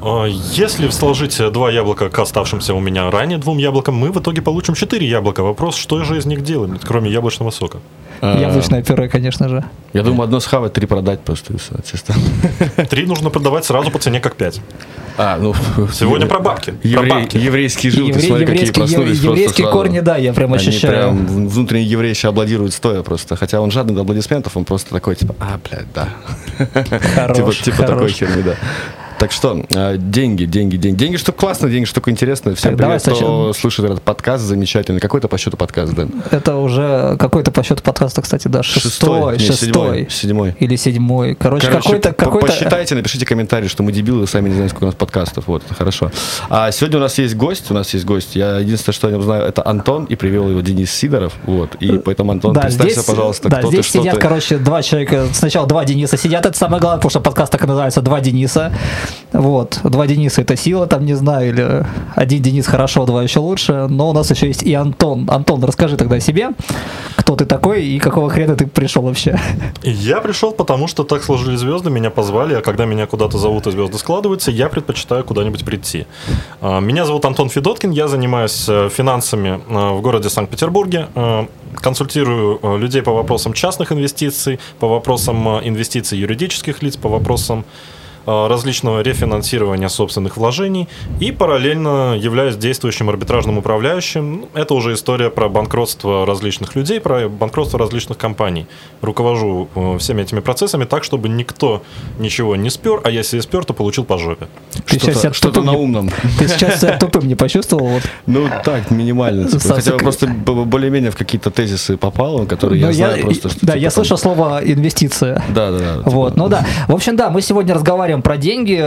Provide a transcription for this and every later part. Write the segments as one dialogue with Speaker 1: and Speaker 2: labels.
Speaker 1: Если сложить 2 яблока к оставшимся у меня ранее 2 яблокам, мы в итоге получим 4 яблока. Вопрос, что же из них делать, кроме яблочного сока?
Speaker 2: Яблочное пюре, конечно же.
Speaker 3: Я думаю, одно схавать, 3 продать просто, и все, чисто.
Speaker 1: 3 нужно продавать сразу по цене как 5.
Speaker 3: Ну,
Speaker 1: сегодня про бабки.
Speaker 3: Еврейские жилы, смотри, какие проснулись.
Speaker 2: Еврейские корни, да, я прям ощущаю.
Speaker 3: Они прям внутренний еврей еще аплодирует стоя просто. Хотя он жадный до аплодисментов, он просто такой, типа, блядь, да. Типа такой херни, да. Так что, деньги. Деньги, что классно, деньги, что интересно. Всем привет, кто слушает этот подкаст замечательный. Какой-то по счету подкаст, Дэн?
Speaker 2: Это уже какой-то по счету подкаста, кстати, да, шестой.
Speaker 3: Седьмой.
Speaker 2: Или 7. Короче, какой-то...
Speaker 3: Посчитайте, напишите комментарий, что мы дебилы, вы сами не знаете, сколько у нас подкастов. Вот, это хорошо. А сегодня у нас есть гость. Я единственное, что я знаю, это Антон, и привел его Денис Сидоров. Вот, и поэтому, Антон, представься, пожалуйста,
Speaker 2: кто ты, что ты. Да, здесь сидят, короче, 2 человека. Сначала 2 Дениса сидят, это самое главное, потому что подкаст так и называется «2 Дениса». Вот, 2 Дениса — это сила, там, не знаю, или 1 Денис хорошо, 2 еще лучше, но у нас еще есть и Антон. Антон, расскажи тогда о себе, кто ты такой и какого хрена ты пришел вообще?
Speaker 1: Я пришел, потому что так сложились звезды, меня позвали, а когда меня куда-то зовут и звезды складываются, я предпочитаю куда-нибудь прийти. Меня зовут Антон Федоткин, я занимаюсь финансами в городе Санкт-Петербурге, консультирую людей по вопросам частных инвестиций, по вопросам инвестиций юридических лиц, по вопросам различного рефинансирования собственных вложений и параллельно являюсь действующим арбитражным управляющим. Это уже история про банкротство различных людей, про банкротство различных компаний. Руковожу всеми этими процессами так, чтобы никто ничего не спер, а если спер, то получил по жопе.
Speaker 3: Что-то на умном.
Speaker 2: Ты сейчас себя тупым не почувствовал? Вот.
Speaker 3: Ну так, минимально. Хотя бы просто более-менее в какие-то тезисы попал, которые я знаю просто.
Speaker 2: Да, я слышал слово инвестиция.
Speaker 3: Да.
Speaker 2: Вот, ну да. В общем, да, мы сегодня разговариваем про деньги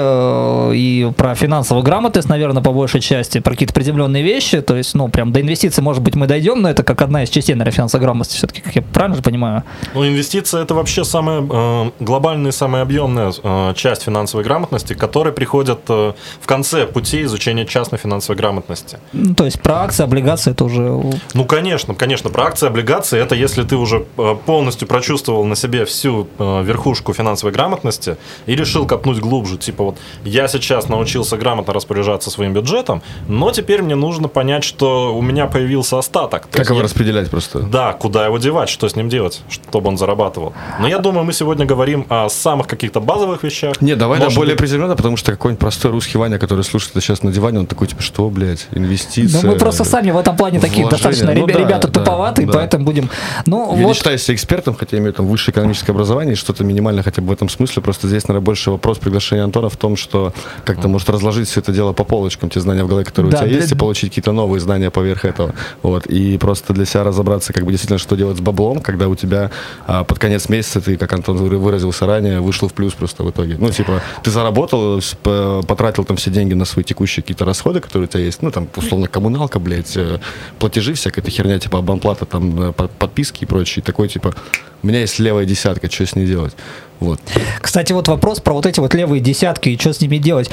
Speaker 2: и про финансовую грамотность, наверное, по большей части, про какие-то приземленные вещи, то есть, прям до инвестиций, может быть, мы дойдем, но это как одна из частей, наверное, финансовой грамотности, все-таки, как я правильно же понимаю?
Speaker 1: Инвестиция – это вообще самая глобальная, самая объемная часть финансовой грамотности, которая приходит в конце пути изучения частной финансовой грамотности.
Speaker 2: То есть про акции, облигации это уже…
Speaker 1: Конечно, про акции, облигации – это если ты уже полностью прочувствовал на себе всю верхушку финансовой грамотности и решил копнуть глубже, типа вот я сейчас научился грамотно распоряжаться своим бюджетом, но теперь мне нужно понять, что у меня появился остаток.
Speaker 3: Как его распределять просто?
Speaker 1: Да, куда его девать, что с ним делать, чтобы он зарабатывал. Но я думаю, мы сегодня говорим о самых каких-то базовых вещах.
Speaker 3: Не, давай более приземленно, потому что какой-нибудь простой русский Ваня, который слушает это сейчас на диване, он такой, типа, что, блядь, инвестиции?
Speaker 2: Ну, мы просто сами в этом плане такие достаточно ребята туповатые, поэтому будем…
Speaker 3: Я не считаю себя экспертом, хотя имею там высшее экономическое образование, что-то минимально хотя бы в этом смысле, просто здесь, наверное, больше вопрос приглашения Антона в том, что как-то может разложить все это дело по полочкам, те знания в голове, которые у тебя есть, и получить какие-то новые знания поверх этого. Вот. И просто для себя разобраться, как бы действительно, что делать с баблом, когда у тебя под конец месяца, ты, как Антон выразился ранее, вышел в плюс просто в итоге. Ну, типа, ты заработал, потратил там все деньги на свои текущие какие-то расходы, которые у тебя есть, ну, там, условно, коммуналка, блядь, платежи, всякая эта херня, типа, абонплата, там, подписки и прочее. И такой, типа, у меня есть левая десятка, что с ней делать? Вот.
Speaker 2: Кстати, вот вопрос про вот эти вот левые десятки и что с ними делать.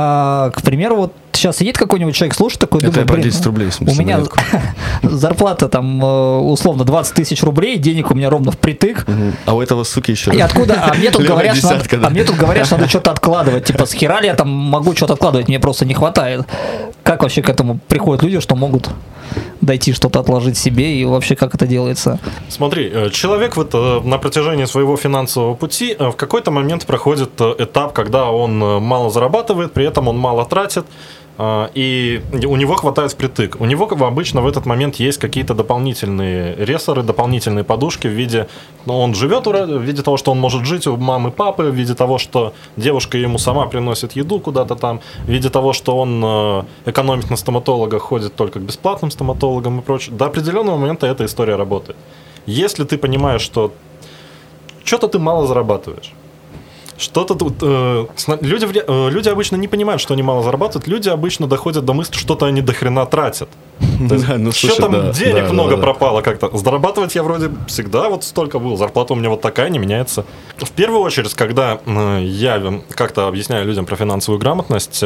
Speaker 2: К примеру, вот сейчас сидит какой-нибудь человек, слушает такой,
Speaker 3: это думает, 10 рублей, в смысле,
Speaker 2: у меня зарплата там условно 20 тысяч рублей, денег у меня ровно впритык.
Speaker 3: А у этого суки еще.
Speaker 2: И откуда? А мне тут говорят, что надо что-то откладывать. Типа, с хера ли я там могу что-то откладывать, мне просто не хватает. Как вообще к этому приходят люди, что могут дойти что-то отложить себе, и вообще как это делается?
Speaker 1: Смотри, человек на протяжении своего финансового пути в какой-то момент проходит этап, когда он мало зарабатывает, при этом он мало тратит, и у него хватает впритык. У него обычно в этот момент есть какие-то дополнительные рессоры, дополнительные подушки в виде, он живет в виде того, что он может жить у мамы, папы, в виде того, что девушка ему сама приносит еду куда-то там, в виде того, что он экономит на стоматологах, ходит только к бесплатным стоматологам и прочее. До определенного момента эта история работает. Если ты понимаешь, что что-то ты мало зарабатываешь, что-то тут… люди обычно не понимают, что они мало зарабатывают. Люди обычно доходят до мысли, что-то они до хрена тратят. Что там денег много пропало как-то. Зарабатывать я вроде всегда вот столько был. Зарплата у меня вот такая, не меняется. В первую очередь, когда я как-то объясняю людям про финансовую грамотность,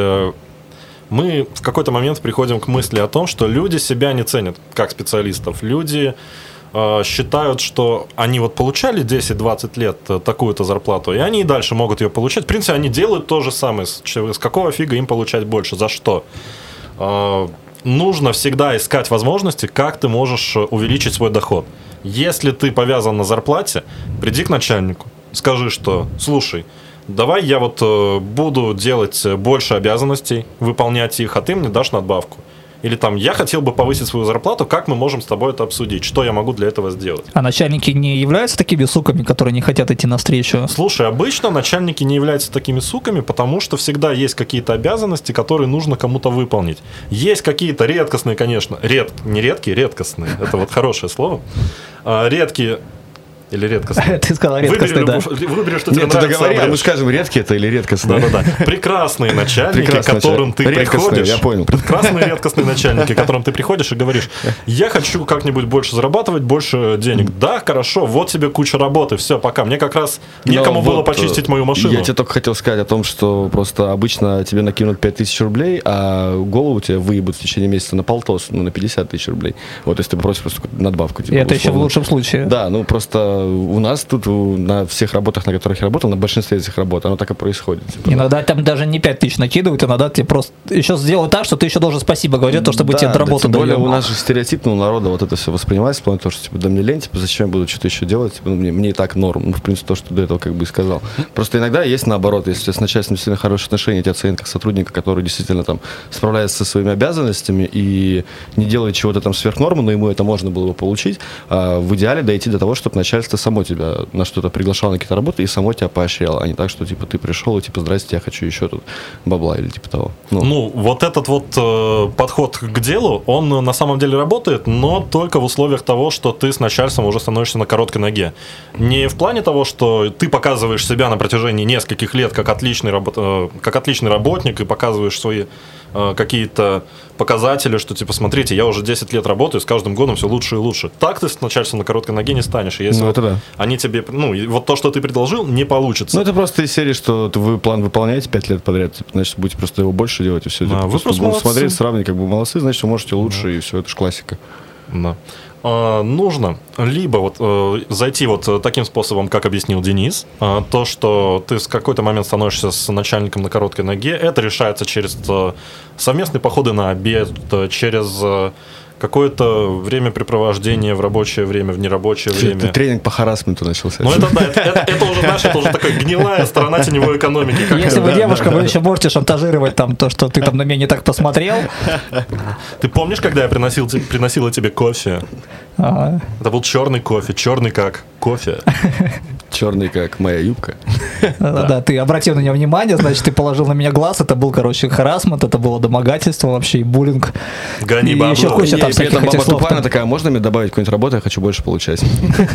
Speaker 1: мы в какой-то момент приходим к мысли о том, что люди себя не ценят как специалистов. Люди считают, что они вот получали 10-20 лет такую-то зарплату, и они и дальше могут ее получать. В принципе, они делают то же самое. С какого фига им получать больше? За что? Нужно всегда искать возможности, как ты можешь увеличить свой доход. Если ты повязан на зарплате, приди к начальнику, скажи, что, слушай, давай я вот буду делать больше обязанностей, выполнять их, а ты мне дашь надбавку. Или там, я хотел бы повысить свою зарплату, как мы можем с тобой это обсудить? Что я могу для этого сделать?
Speaker 2: А начальники не являются такими суками, которые не хотят идти навстречу?
Speaker 1: Слушай, обычно начальники не являются такими суками, потому что всегда есть какие-то обязанности, которые нужно кому-то выполнить. Есть какие-то редкостные, конечно, не редкие, редкостные, это вот хорошее слово, редкие... Или редкостные.
Speaker 2: Ты сказал редкостные, да.
Speaker 1: Выбери, что тебе
Speaker 3: нравится. Нет, ты договори, а мы скажем, редкие это или редкостные.
Speaker 1: Да-да-да. Прекрасные начальники, к которым ты приходишь.
Speaker 3: Я понял.
Speaker 1: Прекрасные редкостные начальники, к которым ты приходишь и говоришь, я хочу как-нибудь больше зарабатывать, больше денег. Да, хорошо, вот тебе куча работы, все, пока. Мне как раз некому было почистить мою машину.
Speaker 3: Я тебе только хотел сказать о том, что просто обычно тебе накинут 5000 рублей, а голову тебе выебут в течение месяца на полтос, на 50 тысяч рублей. Вот, если ты попросишь просто надбавку.
Speaker 2: И это еще в лучшем случае.
Speaker 3: Да, просто у нас тут на всех работах, на которых я работал, на большинстве этих работ, оно так и происходит.
Speaker 2: Иногда там даже не 5000 накидывают, иногда тебе просто еще сделают так, что ты еще должен спасибо говорить, то, чтобы тебе работу
Speaker 3: тем более
Speaker 2: даем.
Speaker 3: У нас же стереотипно у народа вот это все воспринимается, потому что, да мне лень, зачем я буду что-то еще делать, мне и так норм. В принципе, то, что до этого как бы и сказал. Просто иногда есть наоборот, если с начальством действительно хорошие отношения, тебя ценят как сотрудника, который действительно там справляется со своими обязанностями и не делает чего-то там сверх нормы, но ему это можно было бы получить, в идеале дойти до того, чтобы начальство само тебя на что-то приглашало на какие-то работы и само тебя поощряло, а не так, что типа ты пришел и типа здрасте, я хочу еще тут бабла или типа того.
Speaker 1: Вот этот вот подход к делу, он на самом деле работает, но только в условиях того, что ты с начальством уже становишься на короткой ноге. Не в плане того, что ты показываешь себя на протяжении нескольких лет как отличный работник и показываешь свои какие-то показатели, что типа, смотрите, я уже 10 лет работаю, с каждым годом все лучше и лучше. Так ты с начальством на короткой ноге не станешь. И если
Speaker 3: это да.
Speaker 1: Они тебе, вот то, что ты предложил, не получится.
Speaker 3: Это просто из серии, что вы план выполняете 5 лет подряд, значит, будете просто его больше делать, и все.
Speaker 1: Вы просто
Speaker 3: будете смотреть, сравнивать, как бы молодцы, значит, вы можете лучше, и все, это же классика.
Speaker 1: Да. Нужно либо вот зайти вот таким способом, как объяснил Денис, то, что ты в какой-то момент становишься с начальником на короткой ноге, это решается через совместные походы на обед, через какое-то времяпрепровождение в рабочее время, в нерабочее время.
Speaker 3: Тренинг по харассменту начался.
Speaker 1: Это уже, знаешь, это уже такая гнилая сторона теневой экономики.
Speaker 2: Если вы девушка, вы еще можете шантажировать там то, что ты там на меня не так посмотрел.
Speaker 1: Ты помнишь, когда я приносила тебе кофе?
Speaker 2: Ага.
Speaker 1: Это был черный кофе, черный как кофе.
Speaker 3: Черный как моя юбка.
Speaker 2: Да, ты обратил на него внимание, значит, ты положил на меня глаз, это был, харассмент, это было домогательство вообще, и буллинг.
Speaker 1: Гони бабло.
Speaker 2: Еще куча там
Speaker 3: всяких
Speaker 2: этих слов.
Speaker 3: Баба такая, можно мне добавить какую-нибудь работу, я хочу больше получать.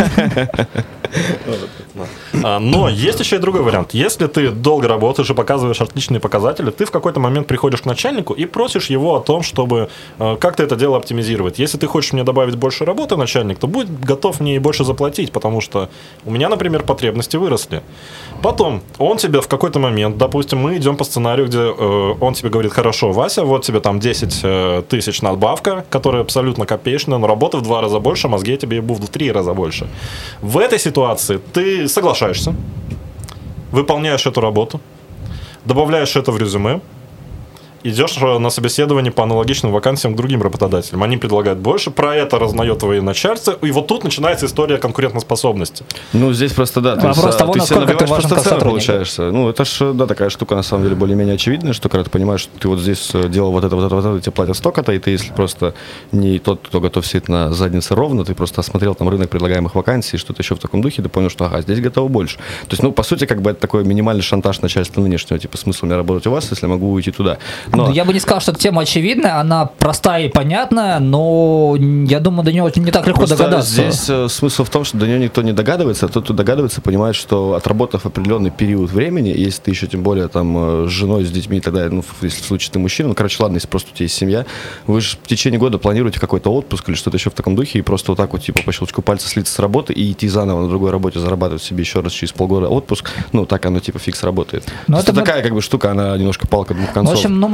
Speaker 1: Но есть еще и другой вариант. Если ты долго работаешь и показываешь отличные показатели, ты в какой-то момент приходишь к начальнику и просишь его о том, чтобы как-то это дело оптимизировать. Если ты хочешь мне добавить больше работы, начальник, то будь готов мне и больше заплатить, потому что у меня, например, потребности выросли. Потом он тебе в какой-то момент, допустим, мы идем по сценарию, где он тебе говорит: хорошо, Вася, вот тебе там 10 тысяч надбавка, которая абсолютно копеечная, но работы в 2 раза больше, мозги тебе ебут в 3 раза больше. В этой ситуации ты соглашаешься, выполняешь эту работу, добавляешь это в резюме, идешь на собеседование по аналогичным вакансиям к другим работодателям. Они предлагают больше, про это разнает твое начальство, и вот тут начинается история конкурентоспособности.
Speaker 3: Здесь просто, да, ты себе набиваешь просто цену, получаешься. Это же, да, такая штука, на самом деле, более-менее очевидная, что когда ты понимаешь, что ты вот здесь делал вот это, тебе платят столько-то, и ты, если просто не тот, кто готов сидеть на заднице ровно, ты просто осмотрел там рынок предлагаемых вакансий, что-то еще в таком духе, ты понял, что, ага, здесь готово больше. То есть, по сути, как бы это такой минимальный шантаж начальства нынешнего, типа, смысл мне работать у вас, если я могу уйти туда. Но...
Speaker 2: Я бы не сказал, что эта тема очевидная, она простая и понятная, но я думаю, до нее не так легко
Speaker 3: просто
Speaker 2: догадаться.
Speaker 3: Здесь смысл в том, что до нее никто не догадывается, а тот, кто догадывается, понимает, что отработав определенный период времени, если ты еще тем более там с женой, с детьми и так далее, если в случае ты мужчина, ладно, если просто у тебя есть семья, вы же в течение года планируете какой-то отпуск или что-то еще в таком духе, и просто вот так вот типа по щелчку пальца слиться с работы и идти заново на другой работе, зарабатывать себе еще раз через полгода отпуск, так оно типа фикс работает. Это такая как бы штука, она немножко палка двух концов.
Speaker 2: В общем,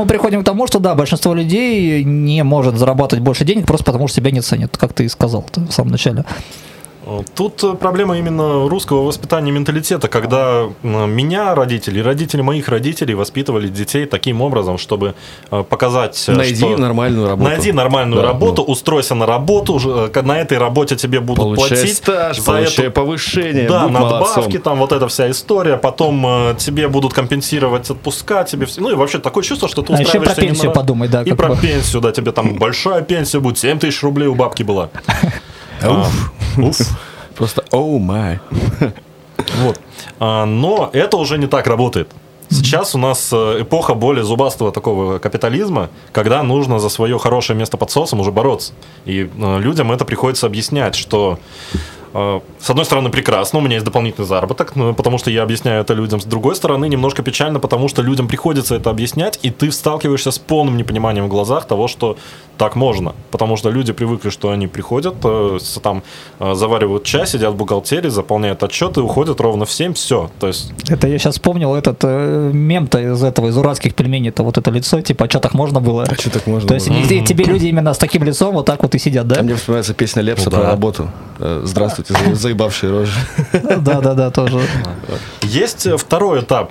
Speaker 2: мы приходим к тому, что да, большинство людей не может зарабатывать больше денег просто потому, что себя не ценят, как ты и сказал в самом начале.
Speaker 1: Тут проблема именно русского воспитания и менталитета, когда меня родители, родители моих родителей воспитывали детей таким образом, чтобы показать,
Speaker 3: найди нормальную работу.
Speaker 1: Найди нормальную работу, устройся на работу, на этой работе тебе будут
Speaker 3: получай
Speaker 1: платить.
Speaker 3: Стаж, получай повышение,
Speaker 1: да,
Speaker 3: будь
Speaker 1: надбавки,
Speaker 3: молодцом.
Speaker 1: там вот эта вся история, потом тебе будут компенсировать отпуска, тебе, ну и вообще такое чувство, что ты устраиваешься.
Speaker 2: А еще про пенсию подумай, да.
Speaker 1: И про пенсию, да, тебе там большая пенсия будет, 7 тысяч рублей у бабки была.
Speaker 3: Уф. Просто оу май.
Speaker 1: Вот. Но это уже не так работает. Сейчас у нас эпоха более зубастого такого капитализма, когда нужно за свое хорошее место под соусом уже бороться. И людям это приходится объяснять, что с одной стороны, прекрасно, у меня есть дополнительный заработок, потому что я объясняю это людям. С другой стороны, немножко печально, потому что людям приходится это объяснять, и ты сталкиваешься с полным непониманием в глазах того, что так можно. Потому что люди привыкли, что они приходят, там заваривают чай, сидят в бухгалтерии, заполняют отчеты, уходят ровно в 7, все. То есть...
Speaker 2: Это я сейчас вспомнил этот мем-то из уральских пельменей, это вот это лицо, типа, а что так можно было?
Speaker 3: А что так можно
Speaker 2: То есть тебе люди именно с таким лицом вот так вот и сидят, да?
Speaker 3: А мне вспоминается песня Лепса про работу. Здравствуйте, заебавшие рожи.
Speaker 2: Да, тоже.
Speaker 1: Есть второй этап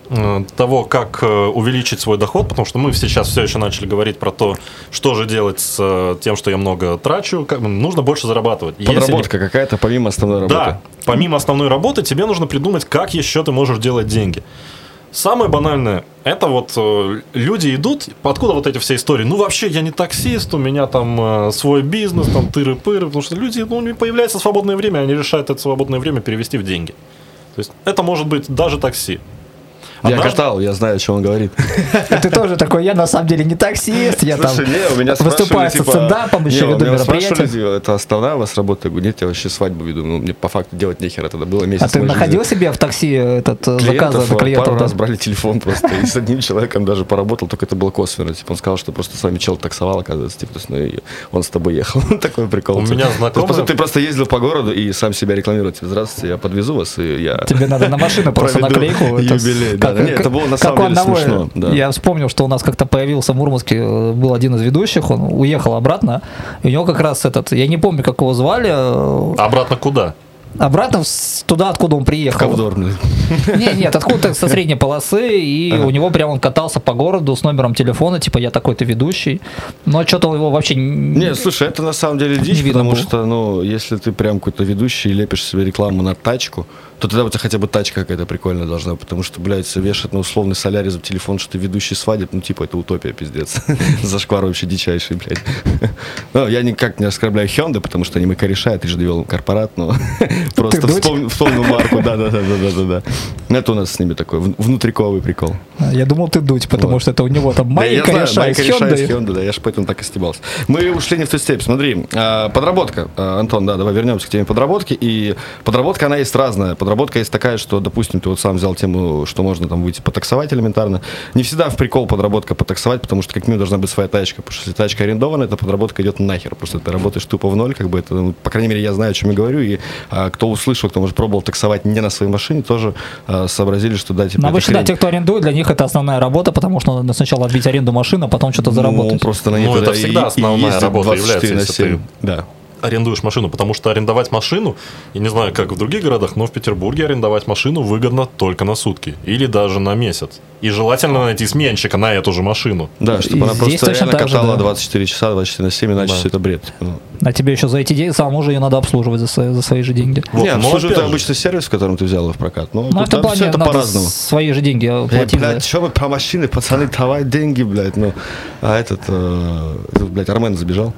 Speaker 1: того, как увеличить свой доход, потому что мы сейчас все еще начали говорить про то, что же делать с тем, что я много трачу, нужно больше зарабатывать.
Speaker 3: Подработка какая-то помимо основной работы.
Speaker 1: Да, помимо основной работы тебе нужно придумать, как еще ты можешь делать деньги. Самое банальное, это вот люди идут, откуда вот эти все истории, ну вообще я не таксист, у меня там свой бизнес, там тыры-пыры, потому что люди, у них появляется свободное время, они решают это свободное время перевести в деньги. То есть это может быть даже такси.
Speaker 3: Я катал, я знаю, о чем он говорит.
Speaker 2: Ты тоже такой, я на самом деле не таксист, я там выступаю со стендапом, еще веду мероприятия.
Speaker 3: Это основная у вас работа? Я говорю, нет, я вообще свадьбу веду, ну мне по факту делать нехера тогда было месяц.
Speaker 2: А ты находил себе в такси этот заказ за клиентов?
Speaker 3: Пару раз брали телефон просто, и с одним человеком даже поработал, только это было косвенно, типа он сказал, что просто с вами чел таксовал, оказывается, типа, ну и он с тобой ехал, такой прикол.
Speaker 1: У меня знакомый...
Speaker 3: Ты просто ездил по городу и сам себя рекламировал, типа, здравствуйте, я подвезу вас, и я...
Speaker 2: Тебе надо на машину просто наклейку.
Speaker 3: Юбилей, да. Нет, это было на самом деле смешно.
Speaker 2: Я вспомнил, что у нас как-то появился в Мурманске, был один из ведущих, он уехал обратно, и у него как раз я не помню, как его звали.
Speaker 1: Обратно куда?
Speaker 2: Обратно туда, откуда он приехал.
Speaker 3: Ковдор, блин.
Speaker 2: Нет, откуда-то со средней полосы, и у него прям он катался по городу с номером телефона, типа, я такой-то ведущий. Но что-то его вообще
Speaker 3: не... слушай, это на самом деле дичь, потому что, ну, если ты прям какой-то ведущий и лепишь себе рекламу на тачку, то тогда у тебя хотя бы тачка какая-то прикольная должна, потому что, блядь, вешать на условный Солярис в телефон, что ты ведущий свадеб, ну, типа, это утопия, пиздец. Зашквар вообще дичайший, блядь. Ну, я никак не оскорбляю Hyundai, потому что они мы кореша, ты же довел корпорат, но просто вспомнил марку, да. Это у нас с ними такой внутриковый прикол.
Speaker 2: Я думал, ты дуть, потому что это у него там мои кореша из
Speaker 3: Hyundai, да, я же поэтому так и стебался. Мы ушли не в ту степь, смотри, подработка, Антон, да, давай вернемся к теме подработки, и подработка, она есть разная. Подработка есть такая, что, допустим, ты вот сам взял тему, что можно там выйти потаксовать элементарно. Не всегда в прикол подработка потаксовать, потому что как минимум должна быть своя тачка. Потому что если тачка арендована, эта подработка идет нахер. Просто ты работаешь тупо в ноль, как бы это, ну, по крайней мере, я знаю, о чем я говорю. И кто услышал, кто, может, пробовал таксовать не на своей машине, тоже сообразили, что да, типа.
Speaker 2: Но обычно, да, те, кто арендует, для них это основная работа, потому что надо сначала отбить аренду машины, а потом что-то заработать.
Speaker 3: Просто на
Speaker 1: это всегда основная работа является, если ты
Speaker 3: да.
Speaker 1: арендуешь машину, потому что арендовать машину, я не знаю, как в других городах, но в Петербурге арендовать машину выгодно только на сутки или даже на месяц. И желательно найти сменщика на эту же машину.
Speaker 3: Да, чтобы она просто реально катала 24 часа, 24/7, иначе все это бред.
Speaker 2: А тебе еще за эти деньги, самому же ее надо обслуживать за свои же деньги.
Speaker 3: Вот, нет, обслуживает обычно сервис, в котором ты взял ее в прокат. Но
Speaker 2: это все это по-разному. Свои же деньги платить.
Speaker 3: Блядь, что вы про машины, пацаны, давай деньги, блядь. Ну, а этот, блядь, Армен забежал.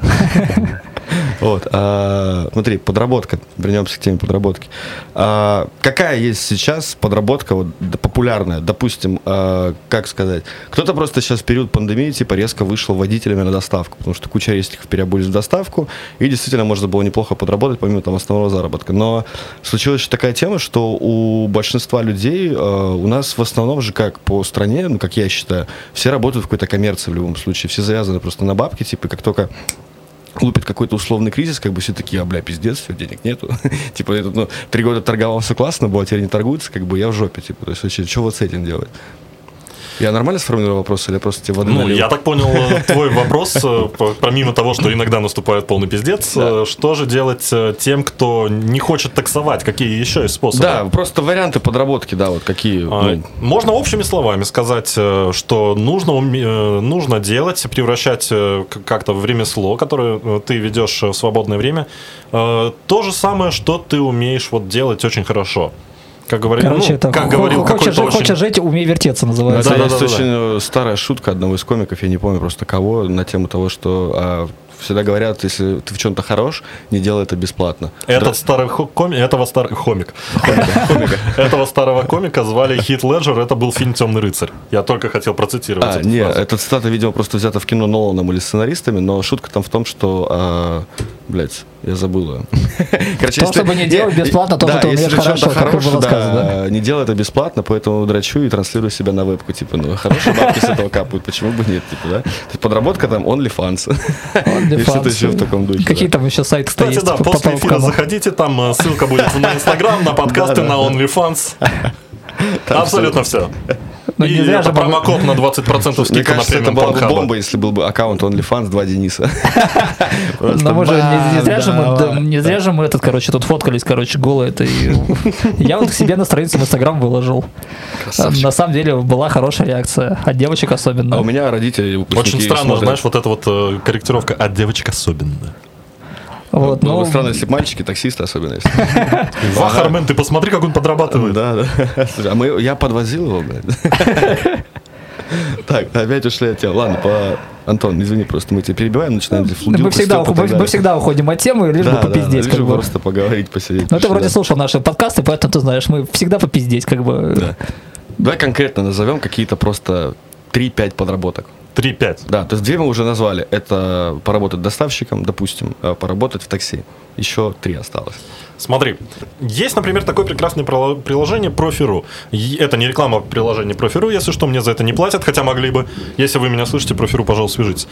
Speaker 3: Вот, смотри, подработка, вернемся к теме подработки. Какая есть сейчас подработка вот, популярная? Допустим, как сказать, кто-то просто сейчас в период пандемии типа резко вышел водителями на доставку, потому что куча рейсиков переобулись в доставку, и действительно можно было неплохо подработать помимо там основного заработка. Но случилась еще такая тема, что у большинства людей у нас в основном же как по стране, ну как я считаю, все работают в какой-то коммерции в любом случае, все завязаны просто на бабки, типа как только лупит какой-то условный кризис, как бы все такие, бля, пиздец, все, денег нету. Типа, 3 года торговался классно, было, теперь не торгуется, как бы я в жопе, типа, то есть вообще, что вот с этим делать? Я нормально сформулировал вопрос или просто тебе воды
Speaker 1: Ну,
Speaker 3: налил?
Speaker 1: я так понял твой вопрос, помимо того, что иногда наступает полный пиздец, что же делать тем, кто не хочет таксовать? Какие еще есть способы?
Speaker 3: Да, просто варианты подработки, да, вот какие.
Speaker 1: Можно общими словами сказать, что нужно делать, превращать как-то в ремесло, которое ты ведешь в свободное время, то же самое, что ты умеешь вот делать очень хорошо. Как говорил,
Speaker 2: Короче, это
Speaker 1: как говорил какой-то
Speaker 2: хочешь жить, умей вертеться, называется.
Speaker 3: Это есть очень старая шутка одного из комиков, я не помню просто кого, на тему того, что всегда говорят, если ты в чем-то хорош, не делай это бесплатно.
Speaker 1: Этого старого комика звали Хит Леджер, это был фильм «Темный рыцарь». Я только хотел процитировать эту
Speaker 3: нет,
Speaker 1: фразу.
Speaker 3: эта цитата, видимо, просто взята в кино Ноланом или сценаристами, но шутка там в том, что... я забыл ее. Короче,
Speaker 2: то, чтобы не делать бесплатно, то, что ты умеешь хорошо, как было сказано.
Speaker 3: Не делай это бесплатно, поэтому дрочу и транслирую себя на вебку. Типа, хорошие бабки с этого капают, почему бы нет? Типа, да? То есть подработка там OnlyFans. И что-то еще в таком духе.
Speaker 2: Какие там еще сайты
Speaker 1: есть? Кстати, да, после эфира заходите, там ссылка будет на Инстаграм, на подкасты, на OnlyFans. Абсолютно все.
Speaker 2: Ну,
Speaker 1: и это промокод на 20% скидка.
Speaker 3: Мне кажется, это была бы бомба, если был бы аккаунт OnlyFans 2 Дениса.
Speaker 2: Но мы же не зря же мы тут фоткались, голые. Я вот к себе на страницу в Инстаграм выложил. На самом деле была хорошая реакция. От девочек особенно.
Speaker 3: А у меня родители выпускники.
Speaker 1: Очень странно, знаешь, вот эта вот корректировка от девочек особенно.
Speaker 2: Вот,
Speaker 3: было бы странно, если мальчики, таксисты особенно.
Speaker 1: Вах, Армен, ты посмотри, как он подрабатывает.
Speaker 3: Да. Я подвозил его, блядь. Так, опять ушли от тебя. Ладно, Антон, извини, просто мы тебя перебиваем, начинаем
Speaker 2: мы всегда уходим от темы, лишь бы попиздеть.
Speaker 3: Лишь бы просто поговорить, посидеть.
Speaker 2: Ну, ты вроде слушал наши подкасты, поэтому ты знаешь, мы всегда попиздеть,
Speaker 3: Да. Давай конкретно назовем какие-то просто 3-5 подработок.
Speaker 1: 3-5.
Speaker 3: Да, то есть 2 мы уже назвали. Это поработать доставщиком, допустим, поработать в такси. Еще 3 осталось.
Speaker 1: Смотри, есть, например, такое прекрасное приложение Профи.ру. Это не реклама приложения Профи.ру, если что, мне за это не платят, хотя могли бы. Если вы меня слышите, Профи.ру, пожалуйста, свяжитесь.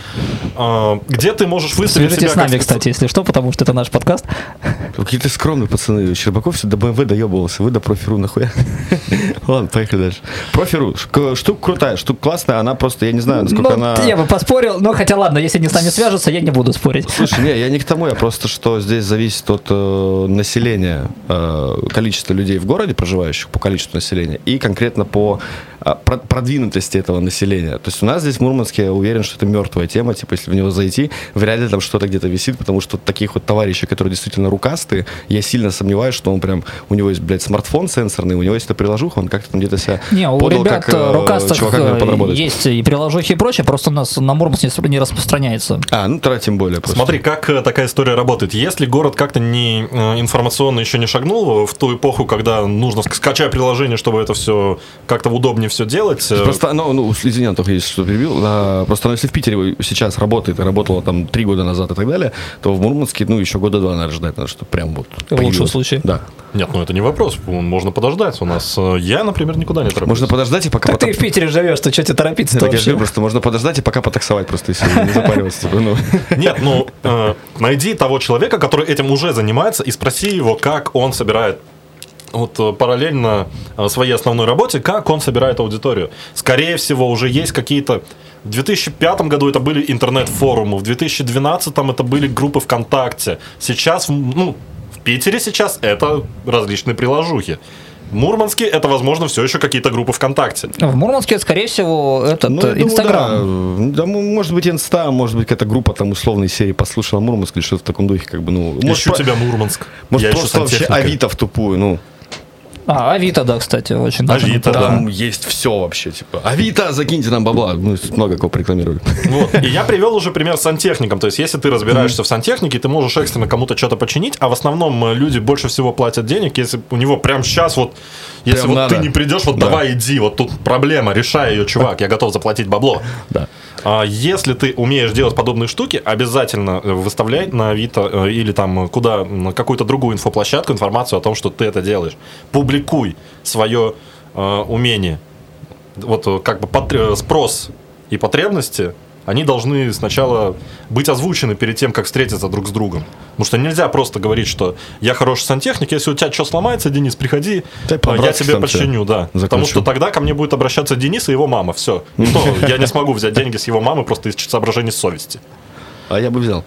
Speaker 1: Где ты можешь выставить себя...
Speaker 2: Свяжитесь с нами, кстати, если что, потому что это наш подкаст.
Speaker 3: Какие-то скромные пацаны. Щербаков все до BMW доебывался. Вы до Профи.ру нахуя? Ладно, поехали дальше. Профи.ру. Штука крутая, штука классная. Она просто, я не знаю, насколько она...
Speaker 2: Я бы поспорил, но хотя ладно, если они с нами свяжутся, я не буду спорить.
Speaker 3: Слушай, не, я не к тому, я просто, что здесь зависит от населения, количества людей в городе, проживающих по количеству населения, и конкретно по продвинутости этого населения. То есть у нас здесь в Мурманске, я уверен, что это мертвая тема, типа если в него зайти, вряд ли там что-то где-то висит, потому что таких вот товарищей, которые действительно рукастые, я сильно сомневаюсь, что он прям, у него есть, блядь, смартфон сенсорный, у него есть эта приложуха, он как-то там где-то себя подал,
Speaker 2: ребят,
Speaker 3: как
Speaker 2: рукастых
Speaker 3: чувака, подработать.
Speaker 2: Есть и приложухи и прочее, просто у нас на Мурманске не распространяется.
Speaker 3: Тогда тем более. Просто.
Speaker 1: Смотри, как такая история работает. Если город как-то не информационно еще не шагнул в ту эпоху, когда нужно скачать приложение, чтобы это все как-то удобнее все делать.
Speaker 3: Просто, извини, Антох, если что перебил, просто если в Питере сейчас работает и работало там 3 года назад и так далее, то в Мурманске, еще года 2, наверное, ждать надо, чтобы прям вот
Speaker 2: в лучшем случае.
Speaker 3: Да.
Speaker 1: Нет, это не вопрос, можно подождать. У нас, я, например, никуда не тороплюсь.
Speaker 3: Можно подождать и пока...
Speaker 2: Так ты в Питере живешь, ты что тебе торопиться-то вообще?
Speaker 3: Я просто можно подождать и пока потаксовать просто, если не запариваться.
Speaker 1: Нет, найди того человека, который этим уже занимается, и спроси его, как он собирает параллельно своей основной работе, как он собирает аудиторию. Скорее всего, уже есть какие-то... В 2005 году это были интернет-форумы, в 2012 это были группы ВКонтакте. Сейчас, в Питере сейчас это различные приложухи. В Мурманске это, возможно, все еще какие-то группы ВКонтакте.
Speaker 2: В Мурманске, скорее всего, Инстаграм.
Speaker 3: Да, может быть, Инста, может быть, какая-то группа там условной серии «Послушала Мурманск» или что-то в таком духе.
Speaker 1: Ищу тебя, Мурманск.
Speaker 3: Может, просто вообще Авито в тупую,
Speaker 2: Авито, да, кстати, очень
Speaker 1: Авито,
Speaker 3: там есть все вообще, типа, Авито, закиньте нам бабла, много кого рекламировали.
Speaker 1: И я привел уже пример с сантехником, то есть если ты разбираешься в сантехнике, ты можешь экстренно кому-то что-то починить, а в основном люди больше всего платят денег, если у него прямо сейчас если ты не придешь, давай иди, тут проблема, решай ее, чувак, я готов заплатить бабло.
Speaker 3: Да.
Speaker 1: Если ты умеешь делать подобные штуки, обязательно выставляй на Авито или там на какую-то другую инфоплощадку информацию о том, что ты это делаешь. Публикуй свое умение. Спрос и потребности они должны сначала быть озвучены перед тем, как встретиться друг с другом. Потому что нельзя просто говорить, что я хороший сантехник, если у тебя что сломается, Денис, приходи, я тебе починю, да. Потому что тогда ко мне будет обращаться Денис и его мама, все. Я не смогу взять деньги с его мамы просто из соображений совести.
Speaker 3: А я бы взял.